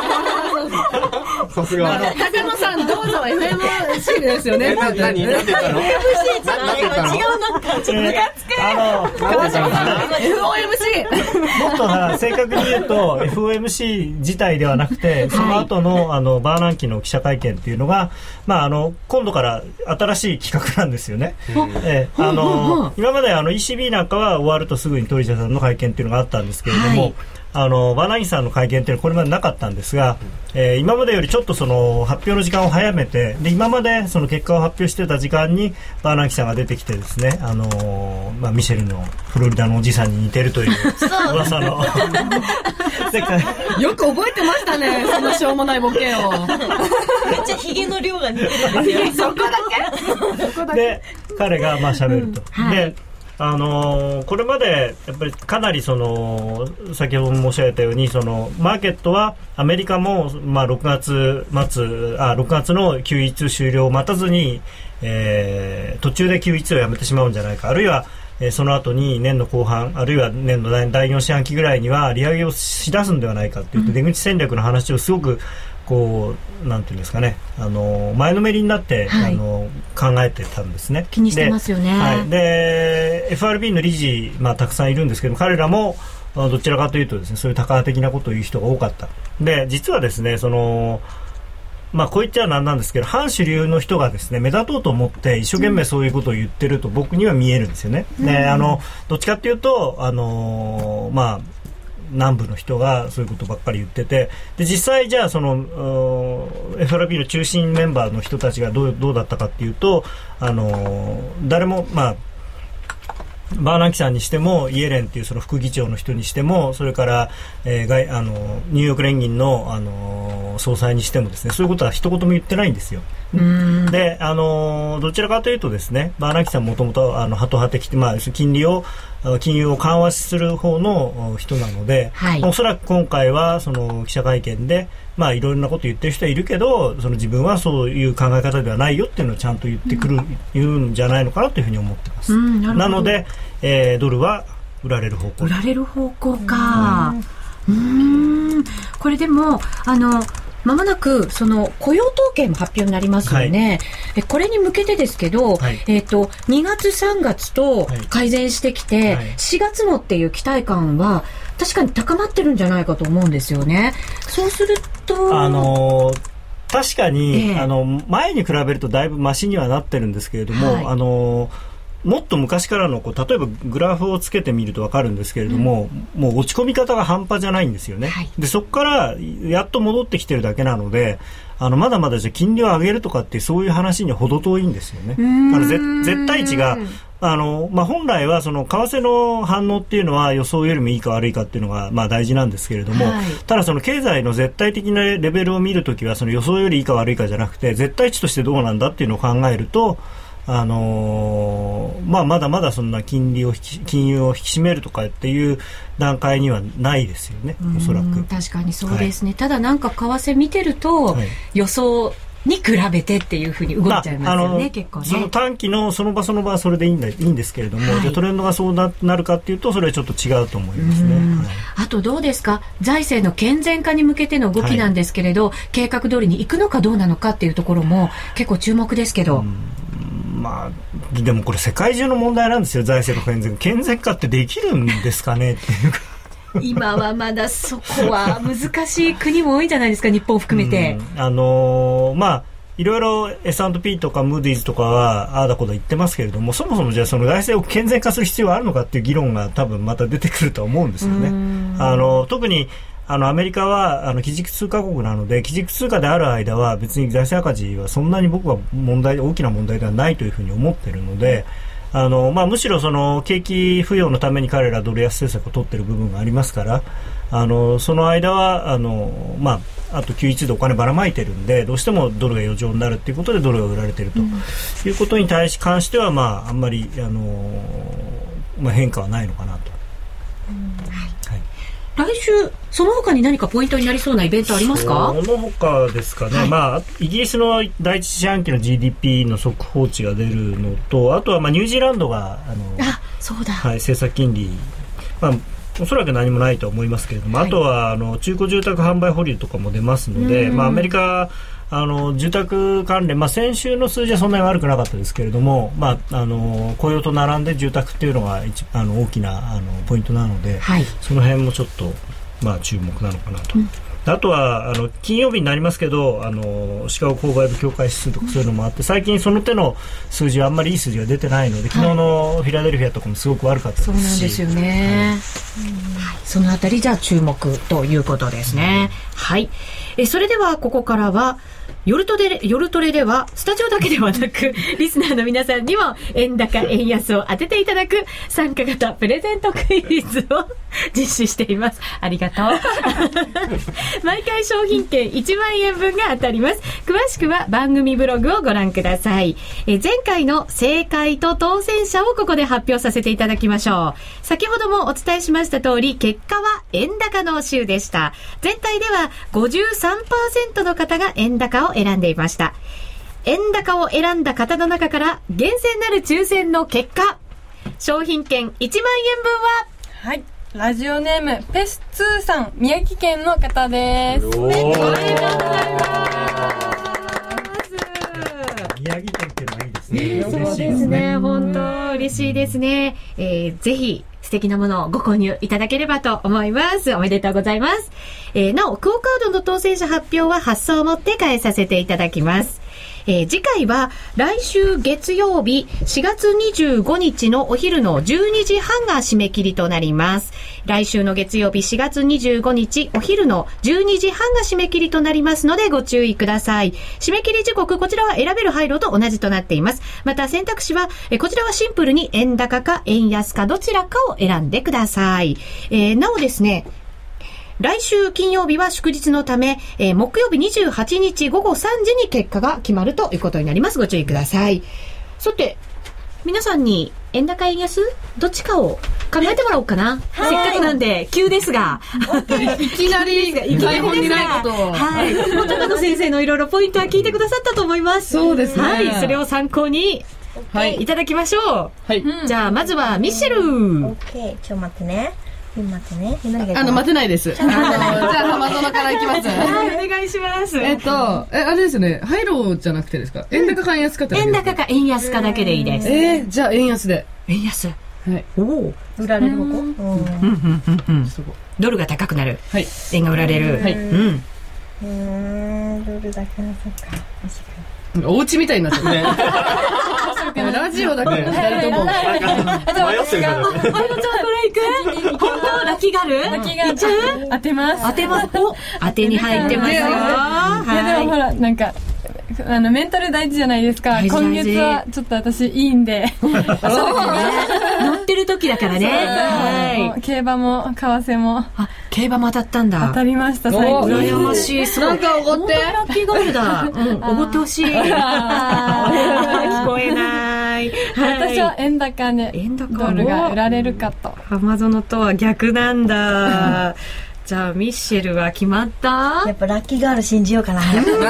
さすが。 高野さんどうぞ FMC ですよね。 何言ったの？ FMC じゃない、今違う、なんかちょっとムカつく。 FOMC もっと正確に言うと FOMC 自体ではなくて、その後のバーナンキの記者会見っていうのが、今度から新しい企画なんですよね。今までECB なんかは終わるとすぐに鳥田さんの会見っていうのがあったんですけれども、バーナンキさんの会見っていうのはこれまでなかったんですが、今までよりちょっとその発表の時間を早めて、で今までその結果を発表してた時間にバーナンキさんが出てきてですね、ミシェルのフロリダのおじさんに似てるという噂のよく覚えてましたね、そのしょうもないボケを。 めっちゃヒゲの量が似てるんですよ。そこだけで彼が喋ると、でこれまでやっぱりかなり先ほど申し上げたようにマーケットはアメリカも6月の QE2 終了を待たずに、途中で QE2 をやめてしまうんじゃないか、あるいはその後に年の後半あるいは年の第4四半期ぐらいには利上げをしだすんではないかといって出口戦略の話をすごくなんていうんですかね、前のめりになって、考えてたんですね。 気にしてますよね。 で FRB の理事、たくさんいるんですけど、彼らもどちらかというとですね、そういう多感的なことを言う人が多かった。で実はですね、こう言っちゃなんですけど、反主流の人がですね目立とうと思って一生懸命そういうことを言ってると僕には見えるんですよね。でどっちかというと南部の人がそういうことばっかり言ってて、で実際じゃあFRB の中心メンバーの人たちがどうだったかっていうと、誰もバーナンキさんにしてもイエレンっていうその副議長の人にしても、それから、ニューヨーク連銀の、総裁にしてもですね、そういうことは一言も言ってないんですよ。でどちらかというとですね、バーナンキさんもともとハト派的で、金融を緩和する方の人なので、おそらく今回はその記者会見でいろんなこと言ってる人はいるけど、自分はそういう考え方ではないよっていうのをちゃんと言うんじゃないのかなというふうに思ってます。なので、ドルは売られる方向。 売られる方向か。これでもまもなくその雇用統計も発表になりますよね。これに向けてですけど、2月3月と改善してきて、4月もっていう期待感は確かに高まってるんじゃないかと思うんですよね。そうすると確かに、前に比べるとだいぶマシにはなってるんですけれども、もっと昔からの例えばグラフをつけてみると分かるんですけれども、もう落ち込み方が半端じゃないんですよね。でそこからやっと戻ってきてるだけなので、まだまだじゃ金利を上げるとかってそういう話には程遠いんですよね。絶対値が本来はその為替の反応っていうのは予想よりもいいか悪いかっていうのが大事なんですけれども、ただその経済の絶対的なレベルを見るときはその予想よりいいか悪いかじゃなくて絶対値としてどうなんだっていうのを考えると、まだまだそんな金融を引き締めるとかっていう段階にはないですよね、おそらく。 確かにそうですね。ただなんか為替見てると、予想に比べてっていうふうに動いちゃいますよね、結構ね。 その短期のその場その場はそれでいいんですけれども、じゃトレンドがそうなるかっていうとそれはちょっと違うと思いますね。 あとどうですか、財政の健全化に向けての動きなんですけれど、計画通りに行くのかどうなのかっていうところも結構注目ですけど、 でもこれ世界中の問題なんですよ、財政の健全化ってできるんですかねっていうか今はまだそこは難しい国も多いんじゃないですか、日本含めて。 いろいろ S&P とかムーディーズとかはああだこだ言ってますけれども、そもそもじゃあその財政を健全化する必要はあるのかっていう議論が多分また出てくると思うんですよね。特にアメリカは基軸通貨国なので、基軸通貨である間は別に財政赤字はそんなに僕は大きな問題ではないというふうに思っているので、むしろその景気浮揚のために彼らドル安政策を取っている部分がありますから、その間はあと QE2 でお金ばらまいてるんで、どうしてもドルが余剰になるということでドルが売られているということに関しては、あんまり変化はないのかなと。 来週その他に何かポイントになりそうなイベントありますか？ その他ですかね、はい、まあ、イギリスの第一四半期の GDP の速報値が出るのと、あとはまあニュージーランドがそうだ、 はい、政策金利、まあおそらく何もないと思いますけれども、はい、あとは中古住宅販売保留とかも出ますので、まあ、アメリカ住宅関連、まあ、先週の数字はそんなに悪くなかったですけれども、まあ、雇用と並んで住宅っていうのが大きなポイントなので、はい、その辺もちょっと、まあ、注目なのかなと。あとは金曜日になりますけどシカゴ購買部境界指数とかそういうのもあって、最近その手の数字はあんまりいい数字が出てないので、昨日のフィラデルフィアとかもすごく悪かったですし、 そうなんですよね、はい、そのあたりじゃ注目ということですね、はい。それではここからは夜トレではスタジオだけではなくリスナーの皆さんにも円高円安を当てていただく参加型プレゼントクイズを実施しています。ありがとう毎回商品券1万円分が当たります。詳しくは番組ブログをご覧ください。前回の正解と当選者をここで発表させていただきましょう。先ほどもお伝えしました通り、結果は円高の週でした。全体では 53% の方が円高を選んでいました。円高を選んだ方の中から厳選なる抽選の結果、商品券1万円分は、 はい、ラジオネームペスツーさん、宮城県の方です。おめでとうございます。 宮城県ってのはいいですね。 そうですね、本当嬉しいですね。ぜひ素敵なものをご購入いただければと思います。おめでとうございます。なお、クオカードの当選者発表は発送をもって返させていただきます。次回は来週月曜日4月25日のお昼の12時半が締め切りとなります。来週の月曜日4月25日お昼の12時半が締め切りとなりますのでご注意ください。締め切り時刻、こちらは選べる配慮と同じとなっています。また選択肢はこちらはシンプルに円高か円安かどちらかを選んでください。なおですね、来週金曜日は祝日のため、木曜日28日午後3時に結果が決まるということになります。ご注意ください。さて、皆さんに円高円安どっちかを考えてもらおうかな。せっかくなんで急ですがいきなり台本にないことを、 はい、高野先生のいろいろポイントは聞いてくださったと思います。 そうですね、 はい、それを参考に、はい、いただきましょう。はい、じゃあまずはミッシェル。 オッケー、ちょっと待ってね。待てないです。じゃあ浜園からいきます。 はい、お願いします。 あれですね、ハイローじゃなくてですか、円高か円安かって、 円高か円安かだけでいいです。 じゃあ円安で。 円安。はい。 おお。売られる方向。 ドルが高くなる。 はい。 円が売られる。はい。 ドルだけのそっか。 お家みたいになっちゃうね。ラジオだけど2人とも。 迷ってるからね。 あやちゃんこれ行く？本当ラッキーガール？ ラッキーガール。当てます。 当てます。お、当てに入ってますよ。いやでもほらなんか。メンタル大事じゃないですか。今月はちょっと私いいんで。 そうね。乗ってる時だからね。 はい。競馬も為替も。 あ、競馬も当たったんだ。 当たりました最近。 羨ましい。 なんかおごって。 ラッキーガールだ。おごってほしい。聞こえない。 私は円高でドルが売られるかと。 浜園とは逆なんだ。じゃあミッシェルは決まった？ やっぱラッキーガール信じようかな。 やり方よりも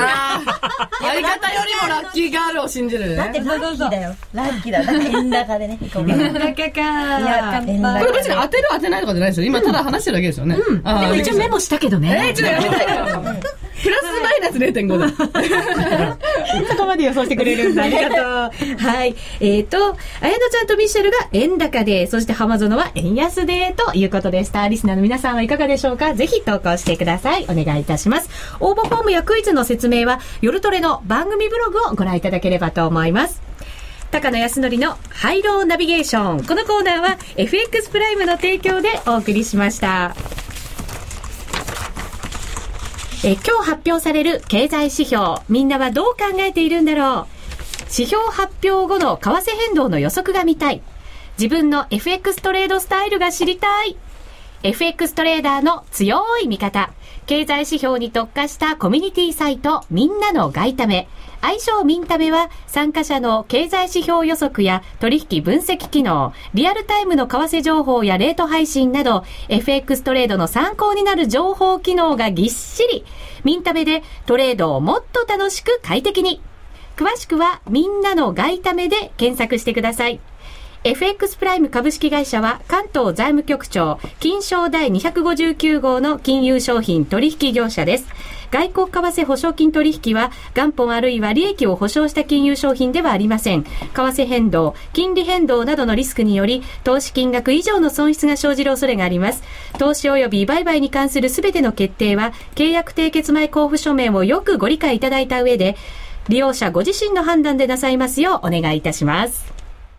ラッキーガールを信じるね。 だってラッキーだよ。ラッキーだ。だから円高でね。 円高か。 これ別に当てる当てないとかじゃないですよ。今ただ話してるだけですよね。 でも一応メモしたけどね。 ちょっとやめたいよ。プラスマイナス 0.5 だ。 そこまで予想してくれるんだ。ありがとう。はい。綾乃ちゃんとミッシェルが円高で、そして浜園は円安でということでした。リスナーの皆さんはいかがでしょうか？ぜひ投稿してください。お願いいたします。応募フォームやクイズの説明は夜トレの番組ブログをご覧いただければと思います。高野康則のハイローナビゲーション。このコーナーは FX プライムの提供でお送りしました。今日発表される経済指標、みんなはどう考えているんだろう。指標発表後の為替変動の予測が見たい。自分の FX トレードスタイルが知りたい。FX トレーダーの強い味方、 経済指標に特化したコミュニティサイトみんなの外為。愛称ミンタメは参加者の経済指標予測や取引分析機能、リアルタイムの為替情報やレート配信など FX トレードの参考になる情報機能がぎっしり。ミンタメでトレードをもっと楽しく快適に。詳しくはみんなの外為で検索してください。FX プライム株式会社は関東財務局長金商第259号の金融商品取引業者です。外国為替保証金取引は元本あるいは利益を保証した金融商品ではありません。為替変動、金利変動などのリスクにより投資金額以上の損失が生じる恐れがあります。投資及び売買に関するすべての決定は契約締結前交付書面をよくご理解いただいた上で利用者ご自身の判断でなさいますようお願いいたします。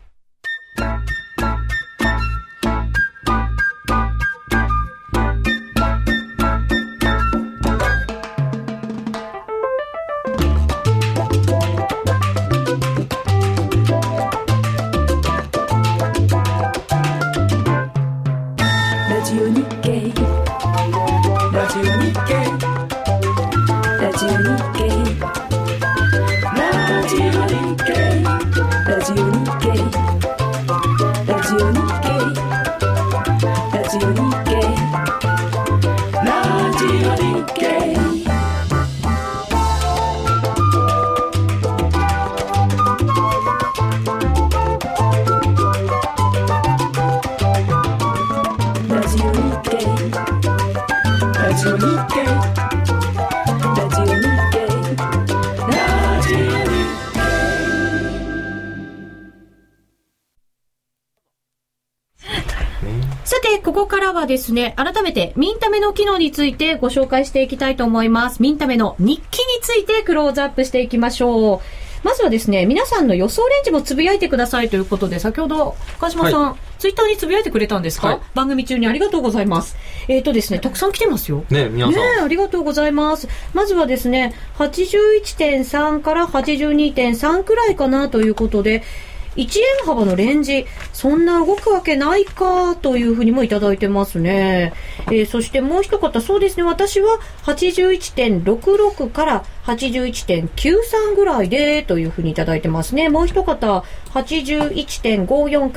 ここからはですね、改めてミンタメの機能についてご紹介していきたいと思います。ミンタメの日記についてクローズアップしていきましょう。まずはですね、皆さんの予想レンジもつぶやいてくださいということで、先ほど川島さん、ツイッターにつぶやいてくれたんですか、番組中にありがとうございます。ですね、たくさん来てますよ。 ね、皆さん。 ありがとうございます。まずはですね、81.3 から 82.3 くらいかなということで、1円幅のレンジ、そんな動くわけないかというふうにもいただいてますね。そしてもう一方、そうですね、私は 81.66 から81.93 ぐらいでというふうにいただいてますね。もう一方、81.54 から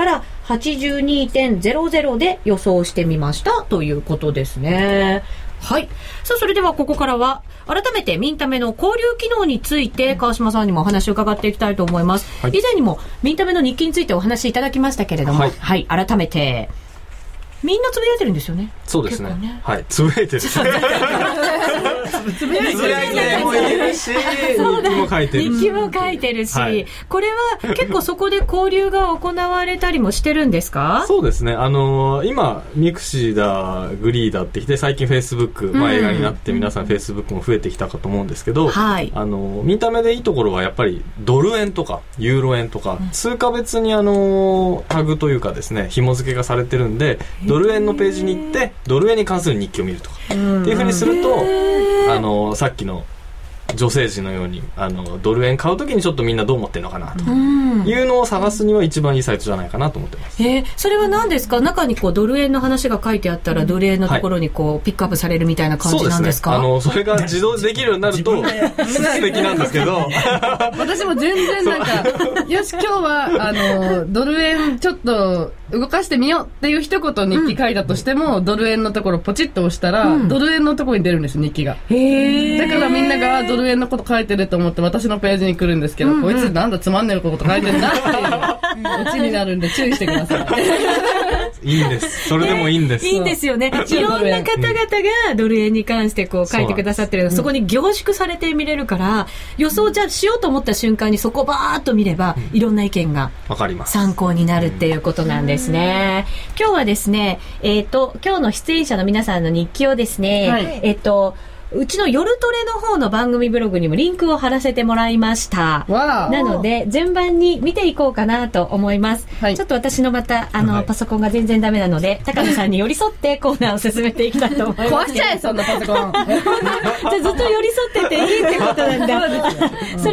82.00 で予想してみましたということですね。はい。さあ、それではここからは改めてミンタメの交流機能について川島さんにもお話を伺っていきたいと思います。以前にもミンタメの日記についてお話しいただきましたけれども、はい、改めてみんなつぶやいてるんですよね。 そうですね。はい、つぶやいてる。つぶやいてもいるし、日記も書いてる。 日記も書いてるし、これは結構そこで交流が行われたりもしてるんですか？ そうですね。今ミクシーだ、グリーだってきて、最近フェイスブック、映画になって皆さんフェイスブックも増えてきたかと思うんですけど、見た目でいいところはやっぱりドル円とかユーロ円とか、通貨別にタグというかですね、紐付けがされてるんで、ドル円のページに行ってドル円に関する日記を見るとかっていうふうにすると、さっきの女性陣のようにドル円買うときにちょっとみんなどう思ってるのかなというのを探すには一番いいサイトじゃないかなと思ってます。 それは何ですか？中にドル円の話が書いてあったらドル円のところにピックアップされるみたいな感じなんですか？ それが自動できるようになると素敵なんですけど私も全然なんかよし今日はドル円ちょっと動かしてみようっていう一言日記書いたとしても、ドル円のところポチッと押したら、ドル円のところに出るんです日記が。だからみんながドル円のこと書いてると思って私のページに来るんですけど、こいつなんだつまんねえこと書いてるなっていうオチになるんで注意してください。 いいんです。それでもいいんです。 いいんですよね。いろんな方々がドル円に関して書いてくださってるのそこに凝縮されて見れるから、予想じゃしようと思った瞬間にそこバーッと見れば、いろんな意見が参考になるっていうことなんですね。今日はですね、今日の出演者の皆さんの日記をですね、うちの夜トレの方の番組ブログにもリンクを貼らせてもらいました。なので順番に見ていこうかなと思います。ちょっと私のまたパソコンが全然ダメなので、高野さんに寄り添ってコーナーを進めていきたいと思います。 壊しちゃえそんなパソコン。 じゃあずっと寄り添ってていいってことなんだ。それいい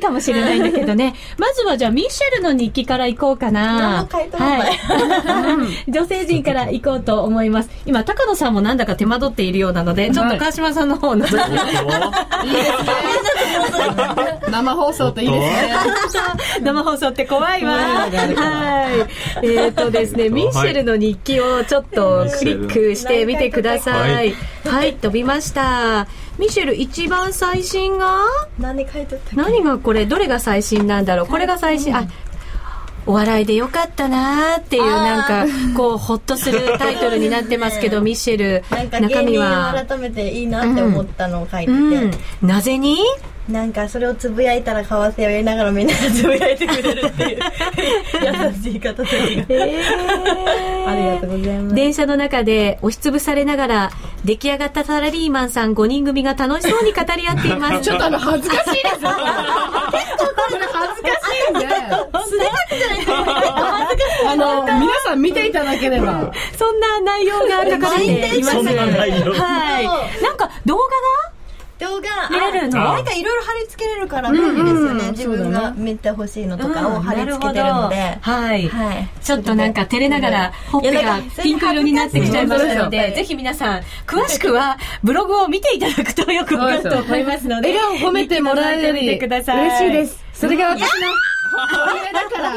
かもしれないんだけどね。まずはじゃあミッシェルの日記から行こうかな。女性陣から行こうと思います。今高野さんもなんだか手間取っているようなので、ちょっと川島さんの方を覗いて、いいですね。 生放送っていいですね。 生放送って怖いわ。はい。ですね、ミッシェルの日記をちょっとクリックしてみてください。はい、飛びました。ミッシェル一番最新が何書いてたっけ？ 何がこれ、どれが最新なんだろう。これが最新。お笑いでよかったなーっていう、なんかこうホッとするタイトルになってますけど、ミッシェル、 なんか芸人を改めていいなって思ったのを書いてて、 なぜになんかそれをつぶやいたら為替をやりながらみんながつぶやいてくれるっていう優しい方たちが、ありがとうございます。 電車の中で押しつぶされながら出来上がったサラリーマンさん5人組が楽しそうに語り合っています。 ちょっと恥ずかしいですよ。これ恥ずかしいんで、皆さん見ていただければそんな内容が書かれています。はい。なんか動画見れるの？ なんかいろいろ貼り付けれるから便利ですよね。自分が見てほしいのとかを貼り付けてるので、 はい。ちょっとなんか照れながらほっぺがピンク色になってきちゃいましたので、ぜひ皆さん詳しくはブログを見ていただくとよくわかると思いますので、 笑顔褒めてもらえるり嬉しいです。それが私のお願いだから。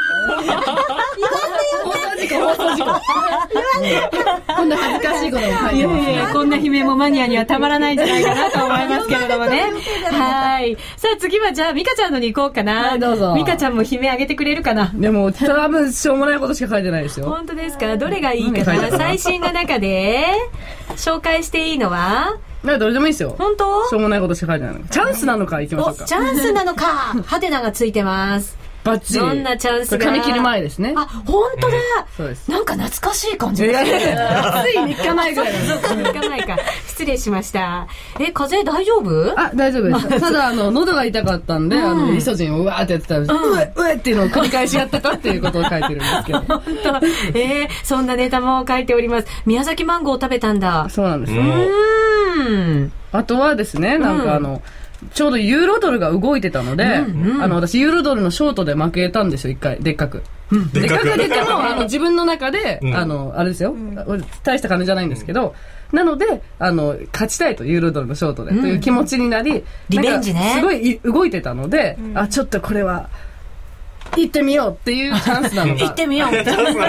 放送事故。こんな恥ずかしいことも書いてます。 いやこんな悲鳴もマニアにはたまらないんじゃないかなと思いますけれどもね。はい。さあ次はじゃあミカちゃんのに行こうかな。 はい、どうぞ。 ミカちゃんも悲鳴あげてくれるかな。 でも多分しょうもないことしか書いてないですよ。 本当ですか？どれがいいかな。最新の中で紹介していいのは？ どれでもいいですよ。 本当？ しょうもないことしか書いてないの。チャンスなのか行きましょうか。 チャンスなのか。ハテナがついてます。 バッチリ。 どんなチャンスが。 髪切る前ですね。 あ、本当だ。 そうです。 なんか懐かしい感じですね。 つい3日前ぐらい。 3日前か。失礼しました。風邪大丈夫？ 大丈夫です。ただ喉が痛かったんで、イソジンをうわーってやってたんです。うえっていうのを繰り返しやったかっていうことを書いてるんですけど。 本当。そんなネタも書いております。宮崎マンゴー食べたんだ。 そうなんですよ。あとはですね、なんかちょうどユーロドルが動いてたので、私ユーロドルのショートで負けたんですよ、一回、でっかく。でっかく出ても、自分の中で、あれですよ、大した金じゃないんですけど、なので、勝ちたいと、ユーロドルのショートで、という気持ちになり、 リベンジね。 すごい動いてたので、ちょっとこれは、行ってみようっていうチャンスなのか。 行ってみようって。 って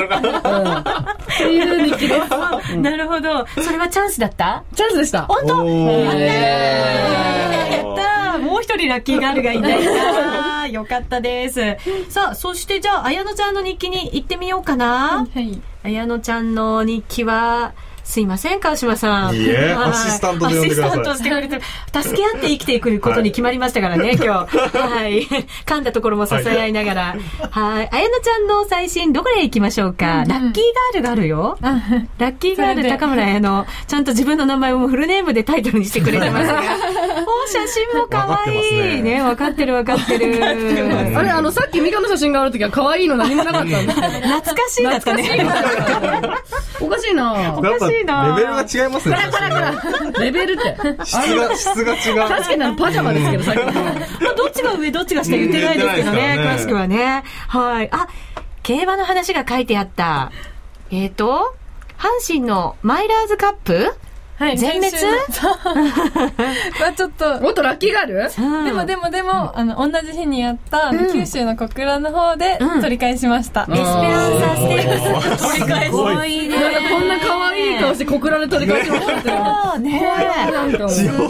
いう日記です。 なるほど。それはチャンスだった？ チャンスでした。 本当？やったー。もう一人ラッキーガールがいないな。よかったです。さあ、そしてじゃあ、綾乃ちゃんの日記に行ってみようかな。 はい。 綾乃ちゃんの日記は、すいません、川島さん。 いいえ、アシスタントで呼んでください。 アシスタントしてくれて、助け合って生きていくことに決まりましたからね、今日。はい。噛んだところも支え合いながら。はい。綾乃ちゃんの最新、どこへ行きましょうか。ラッキーガールがあるよ。ラッキーガール高村綾乃。ちゃんと自分の名前をフルネームでタイトルにしてくれてますが。写真も可愛いね。分かってる。 あれ、さっきミカの写真があるときは可愛いの何もなかったんですけど。 懐かしいんだったね。 おかしいな。 おかしいな。レベルが違いますね。 レベルって。 質が違う。 確かにパジャマですけど、さっきの。 どっちが上、どっちが下言ってないですけどね。詳しくはね。はい。競馬の話が書いてあった。阪神のマイラーズカップはい、 全滅はちょっともっとラッキーガール、 でも同じ日にやった九州の小倉の方で取り返しました、 エスペランサステークス取り返し多いね。こんな可愛い顔して小倉で取り返しましたってねえ、すご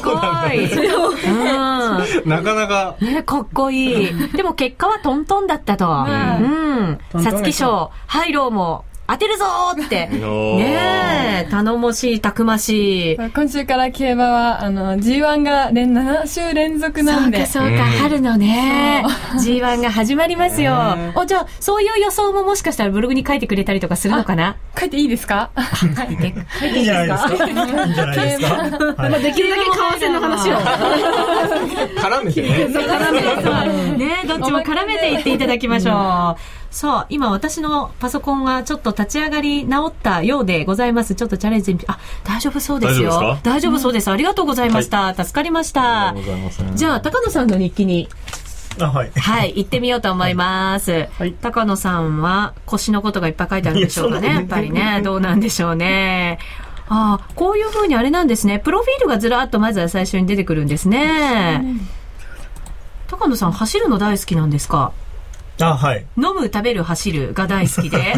い、 なかなかね、かっこいい。でも結果はトントンだったと。皐月賞ハイローも当てるぞーってねえ、頼もしい、たくましい。 今週から競馬はG1 が7週連続なんで、 そうか、春のね G1 が始まりますよ。じゃあそういう予想ももしかしたらブログに書いてくれたりとかするのかな。 書いていいですか？ 書いていいですか？ いいんじゃないですか。 できるだけ為替の話を絡めてね、どっちも絡めていっていただきましょう。さあ、今私のパソコンがちょっと立ち上がり直ったようでございます。ちょっとチャレンジ、大丈夫そうですよ。大丈夫そうです。ありがとうございました。助かりました。じゃあ、高野さんの日記にはい。 はい、行ってみようと思います。 はい、 高野さんは腰のことがいっぱい書いてあるんでしょうかね。やっぱりね、どうなんでしょうね。こういう風にあれなんですね。プロフィールがずらっとまずは最初に出てくるんですね。高野さん、走るの大好きなんですか？ はい。 飲む、食べる、走るが大好きで。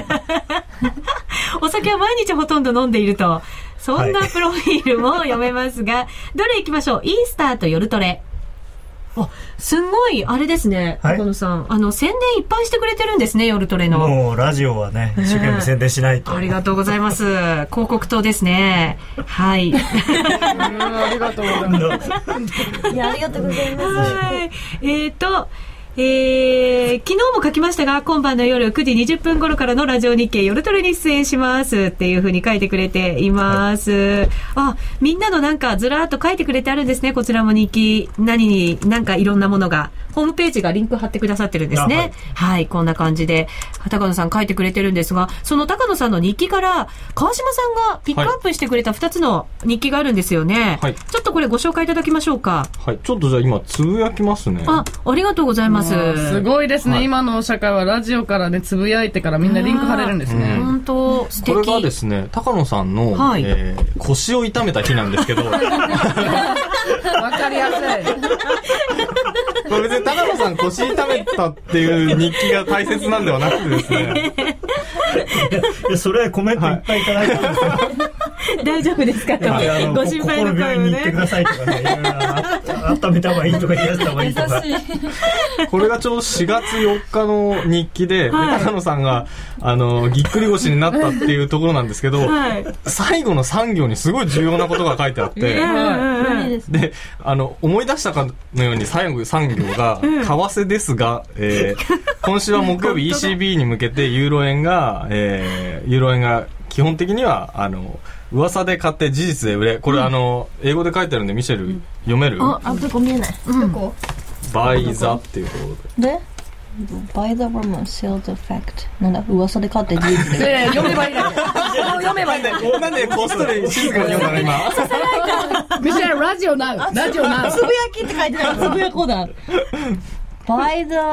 お酒は毎日ほとんど飲んでいると。そんなプロフィールも読めますが、どれ行きましょう？イースターと夜トレ。すごい、あれですね、高野さん。宣伝いっぱいしてくれてるんですね、夜トレの。 もう、ラジオはね、一生懸命宣伝しないと。 ありがとうございます。広告塔ですね。はい。 ありがとうございます。 いや、ありがとうございます。 はい。昨日も書きましたが、今晩の夜9時20分頃からのラジオ日経夜トレに出演しますっていう風に書いてくれています。みんなのなんかずらーっと書いてくれてあるんですね。こちらも日記、何になんかいろんなものが、ホームページがリンク貼ってくださってるんですね。はい、こんな感じで、高野さん書いてくれてるんですが、その高野さんの日記から、川島さんがピックアップしてくれた2つの日記があるんですよね。はい。ちょっとこれご紹介いただきましょうか。 はい、ちょっとじゃあ今、つぶやきますね。 ありがとうございます。 すごいですね、今の社会はラジオからねつぶやいてからみんなリンク貼れるんですね。 本当素敵。 これがですね、高野さんの、腰を痛めた日なんですけどわかりやすい。 これ別に高野さん腰痛めたっていう日記が大切なんではなくてですねいや、それはコメントいっぱいいただいたんですよ。 大丈夫ですかと、ご心配の声をね。 ここの病院に行ってくださいとかね、いろいろ温めた方がいいとか冷やした方がいいとか。 これがちょうど4月4日の日記で、高野さんがぎっくり腰になったっていうところなんですけど、最後の3行にすごい重要なことが書いてあって、で思い出したかのように最後3行が為替ですが、今週は木曜日 ECB に向けてユーロ円が基本的には噂で買って事実で売れ、これ英語で書いてあるんでミシェル読める？ どこ見えない。どこ ？Buy the っていうところで。 Buy the rumor, sell the fact。なんだ、噂で買って事実で。 読めばいいだけ。読めばいいだけ。 なんでこっそり静かに読んだの今。 ミシェル、ラジオなう。ラジオなう。 つぶやきって書いてある。つぶやこうだ。Buy the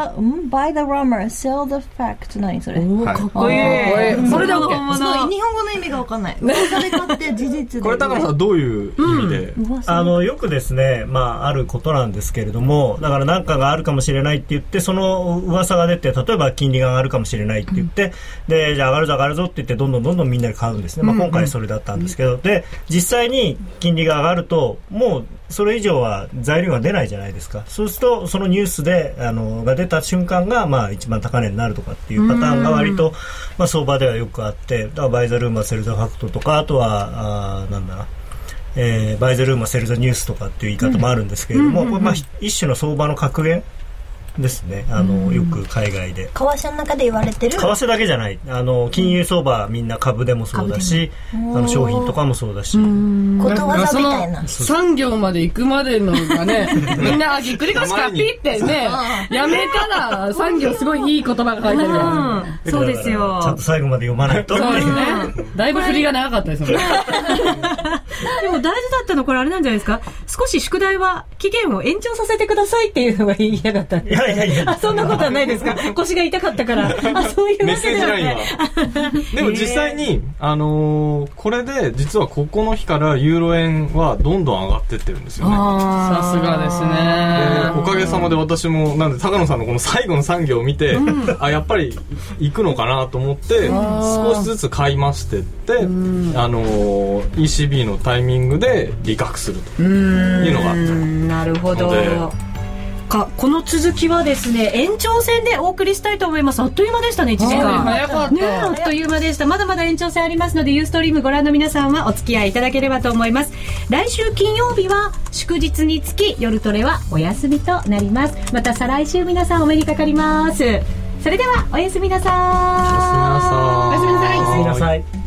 rumor, sell the fact。何それ？ かっこいい。 それで OK。 日本語の意味がわかんない。噂で買って事実で。 これ高野さんどういう意味で？ よくですね、あることなんですけれども、だから何かがあるかもしれないって言って、その噂が出て、例えば金利が上がるかもしれないって言って、で、じゃあ上がるぞって言って、どんどんみんなで買うんですね。今回それだったんですけど、で、実際に金利が上がると、もう、それ以上は材料が出ないじゃないですか。そうするとそのニュースでが出た瞬間が一番高値になるとかっていうパターンが割と相場ではよくあって、だからバイザルームはセルザファクトとか、あとはバイザルームはセルザニュースとかっていう言い方もあるんですけれども、これ一種の相場の格言ですね。よく海外で為替の中で言われてる。 為替だけじゃない。金融相場みんな株でもそうだし、商品とかもそうだし。 ことわざみたいな。 産業まで行くまでのがね、みんなぎっくり腰かピってね、やめたら産業すごいいい言葉が書いてある。そうですよ。 ちゃんと最後まで読まないと。そうですね。 だいぶ振りが長かったですよね。 でも大事だったのこれあれなんじゃないですか。少し宿題は期限を延長させてくださいっていうのが言いたかった。 いやそんなことはないですか。腰が痛かったから。そういうメッセージラインは。でも実際にこれで実はここの日からユーロ円はどんどん上がってってるんですよね。 さすがですね。 おかげさまで私もなんで高野さんのこの最後の産業を見て、やっぱり行くのかなと思って少しずつ買いましてって、ECB のタイミングで利確するというのがあった。 なるほど。この続きはですね、延長戦でお送りしたいと思います。あっという間でしたね、1時間。 早かった。 あっという間でした。まだまだ延長戦ありますので、ユーストリームご覧の皆さんはお付き合いいただければと思います。来週金曜日は祝日につき、夜トレはお休みとなります。また再来週皆さんお目にかかります。それではおやすみなさい。 おやすみなさい。 おやすみなさい。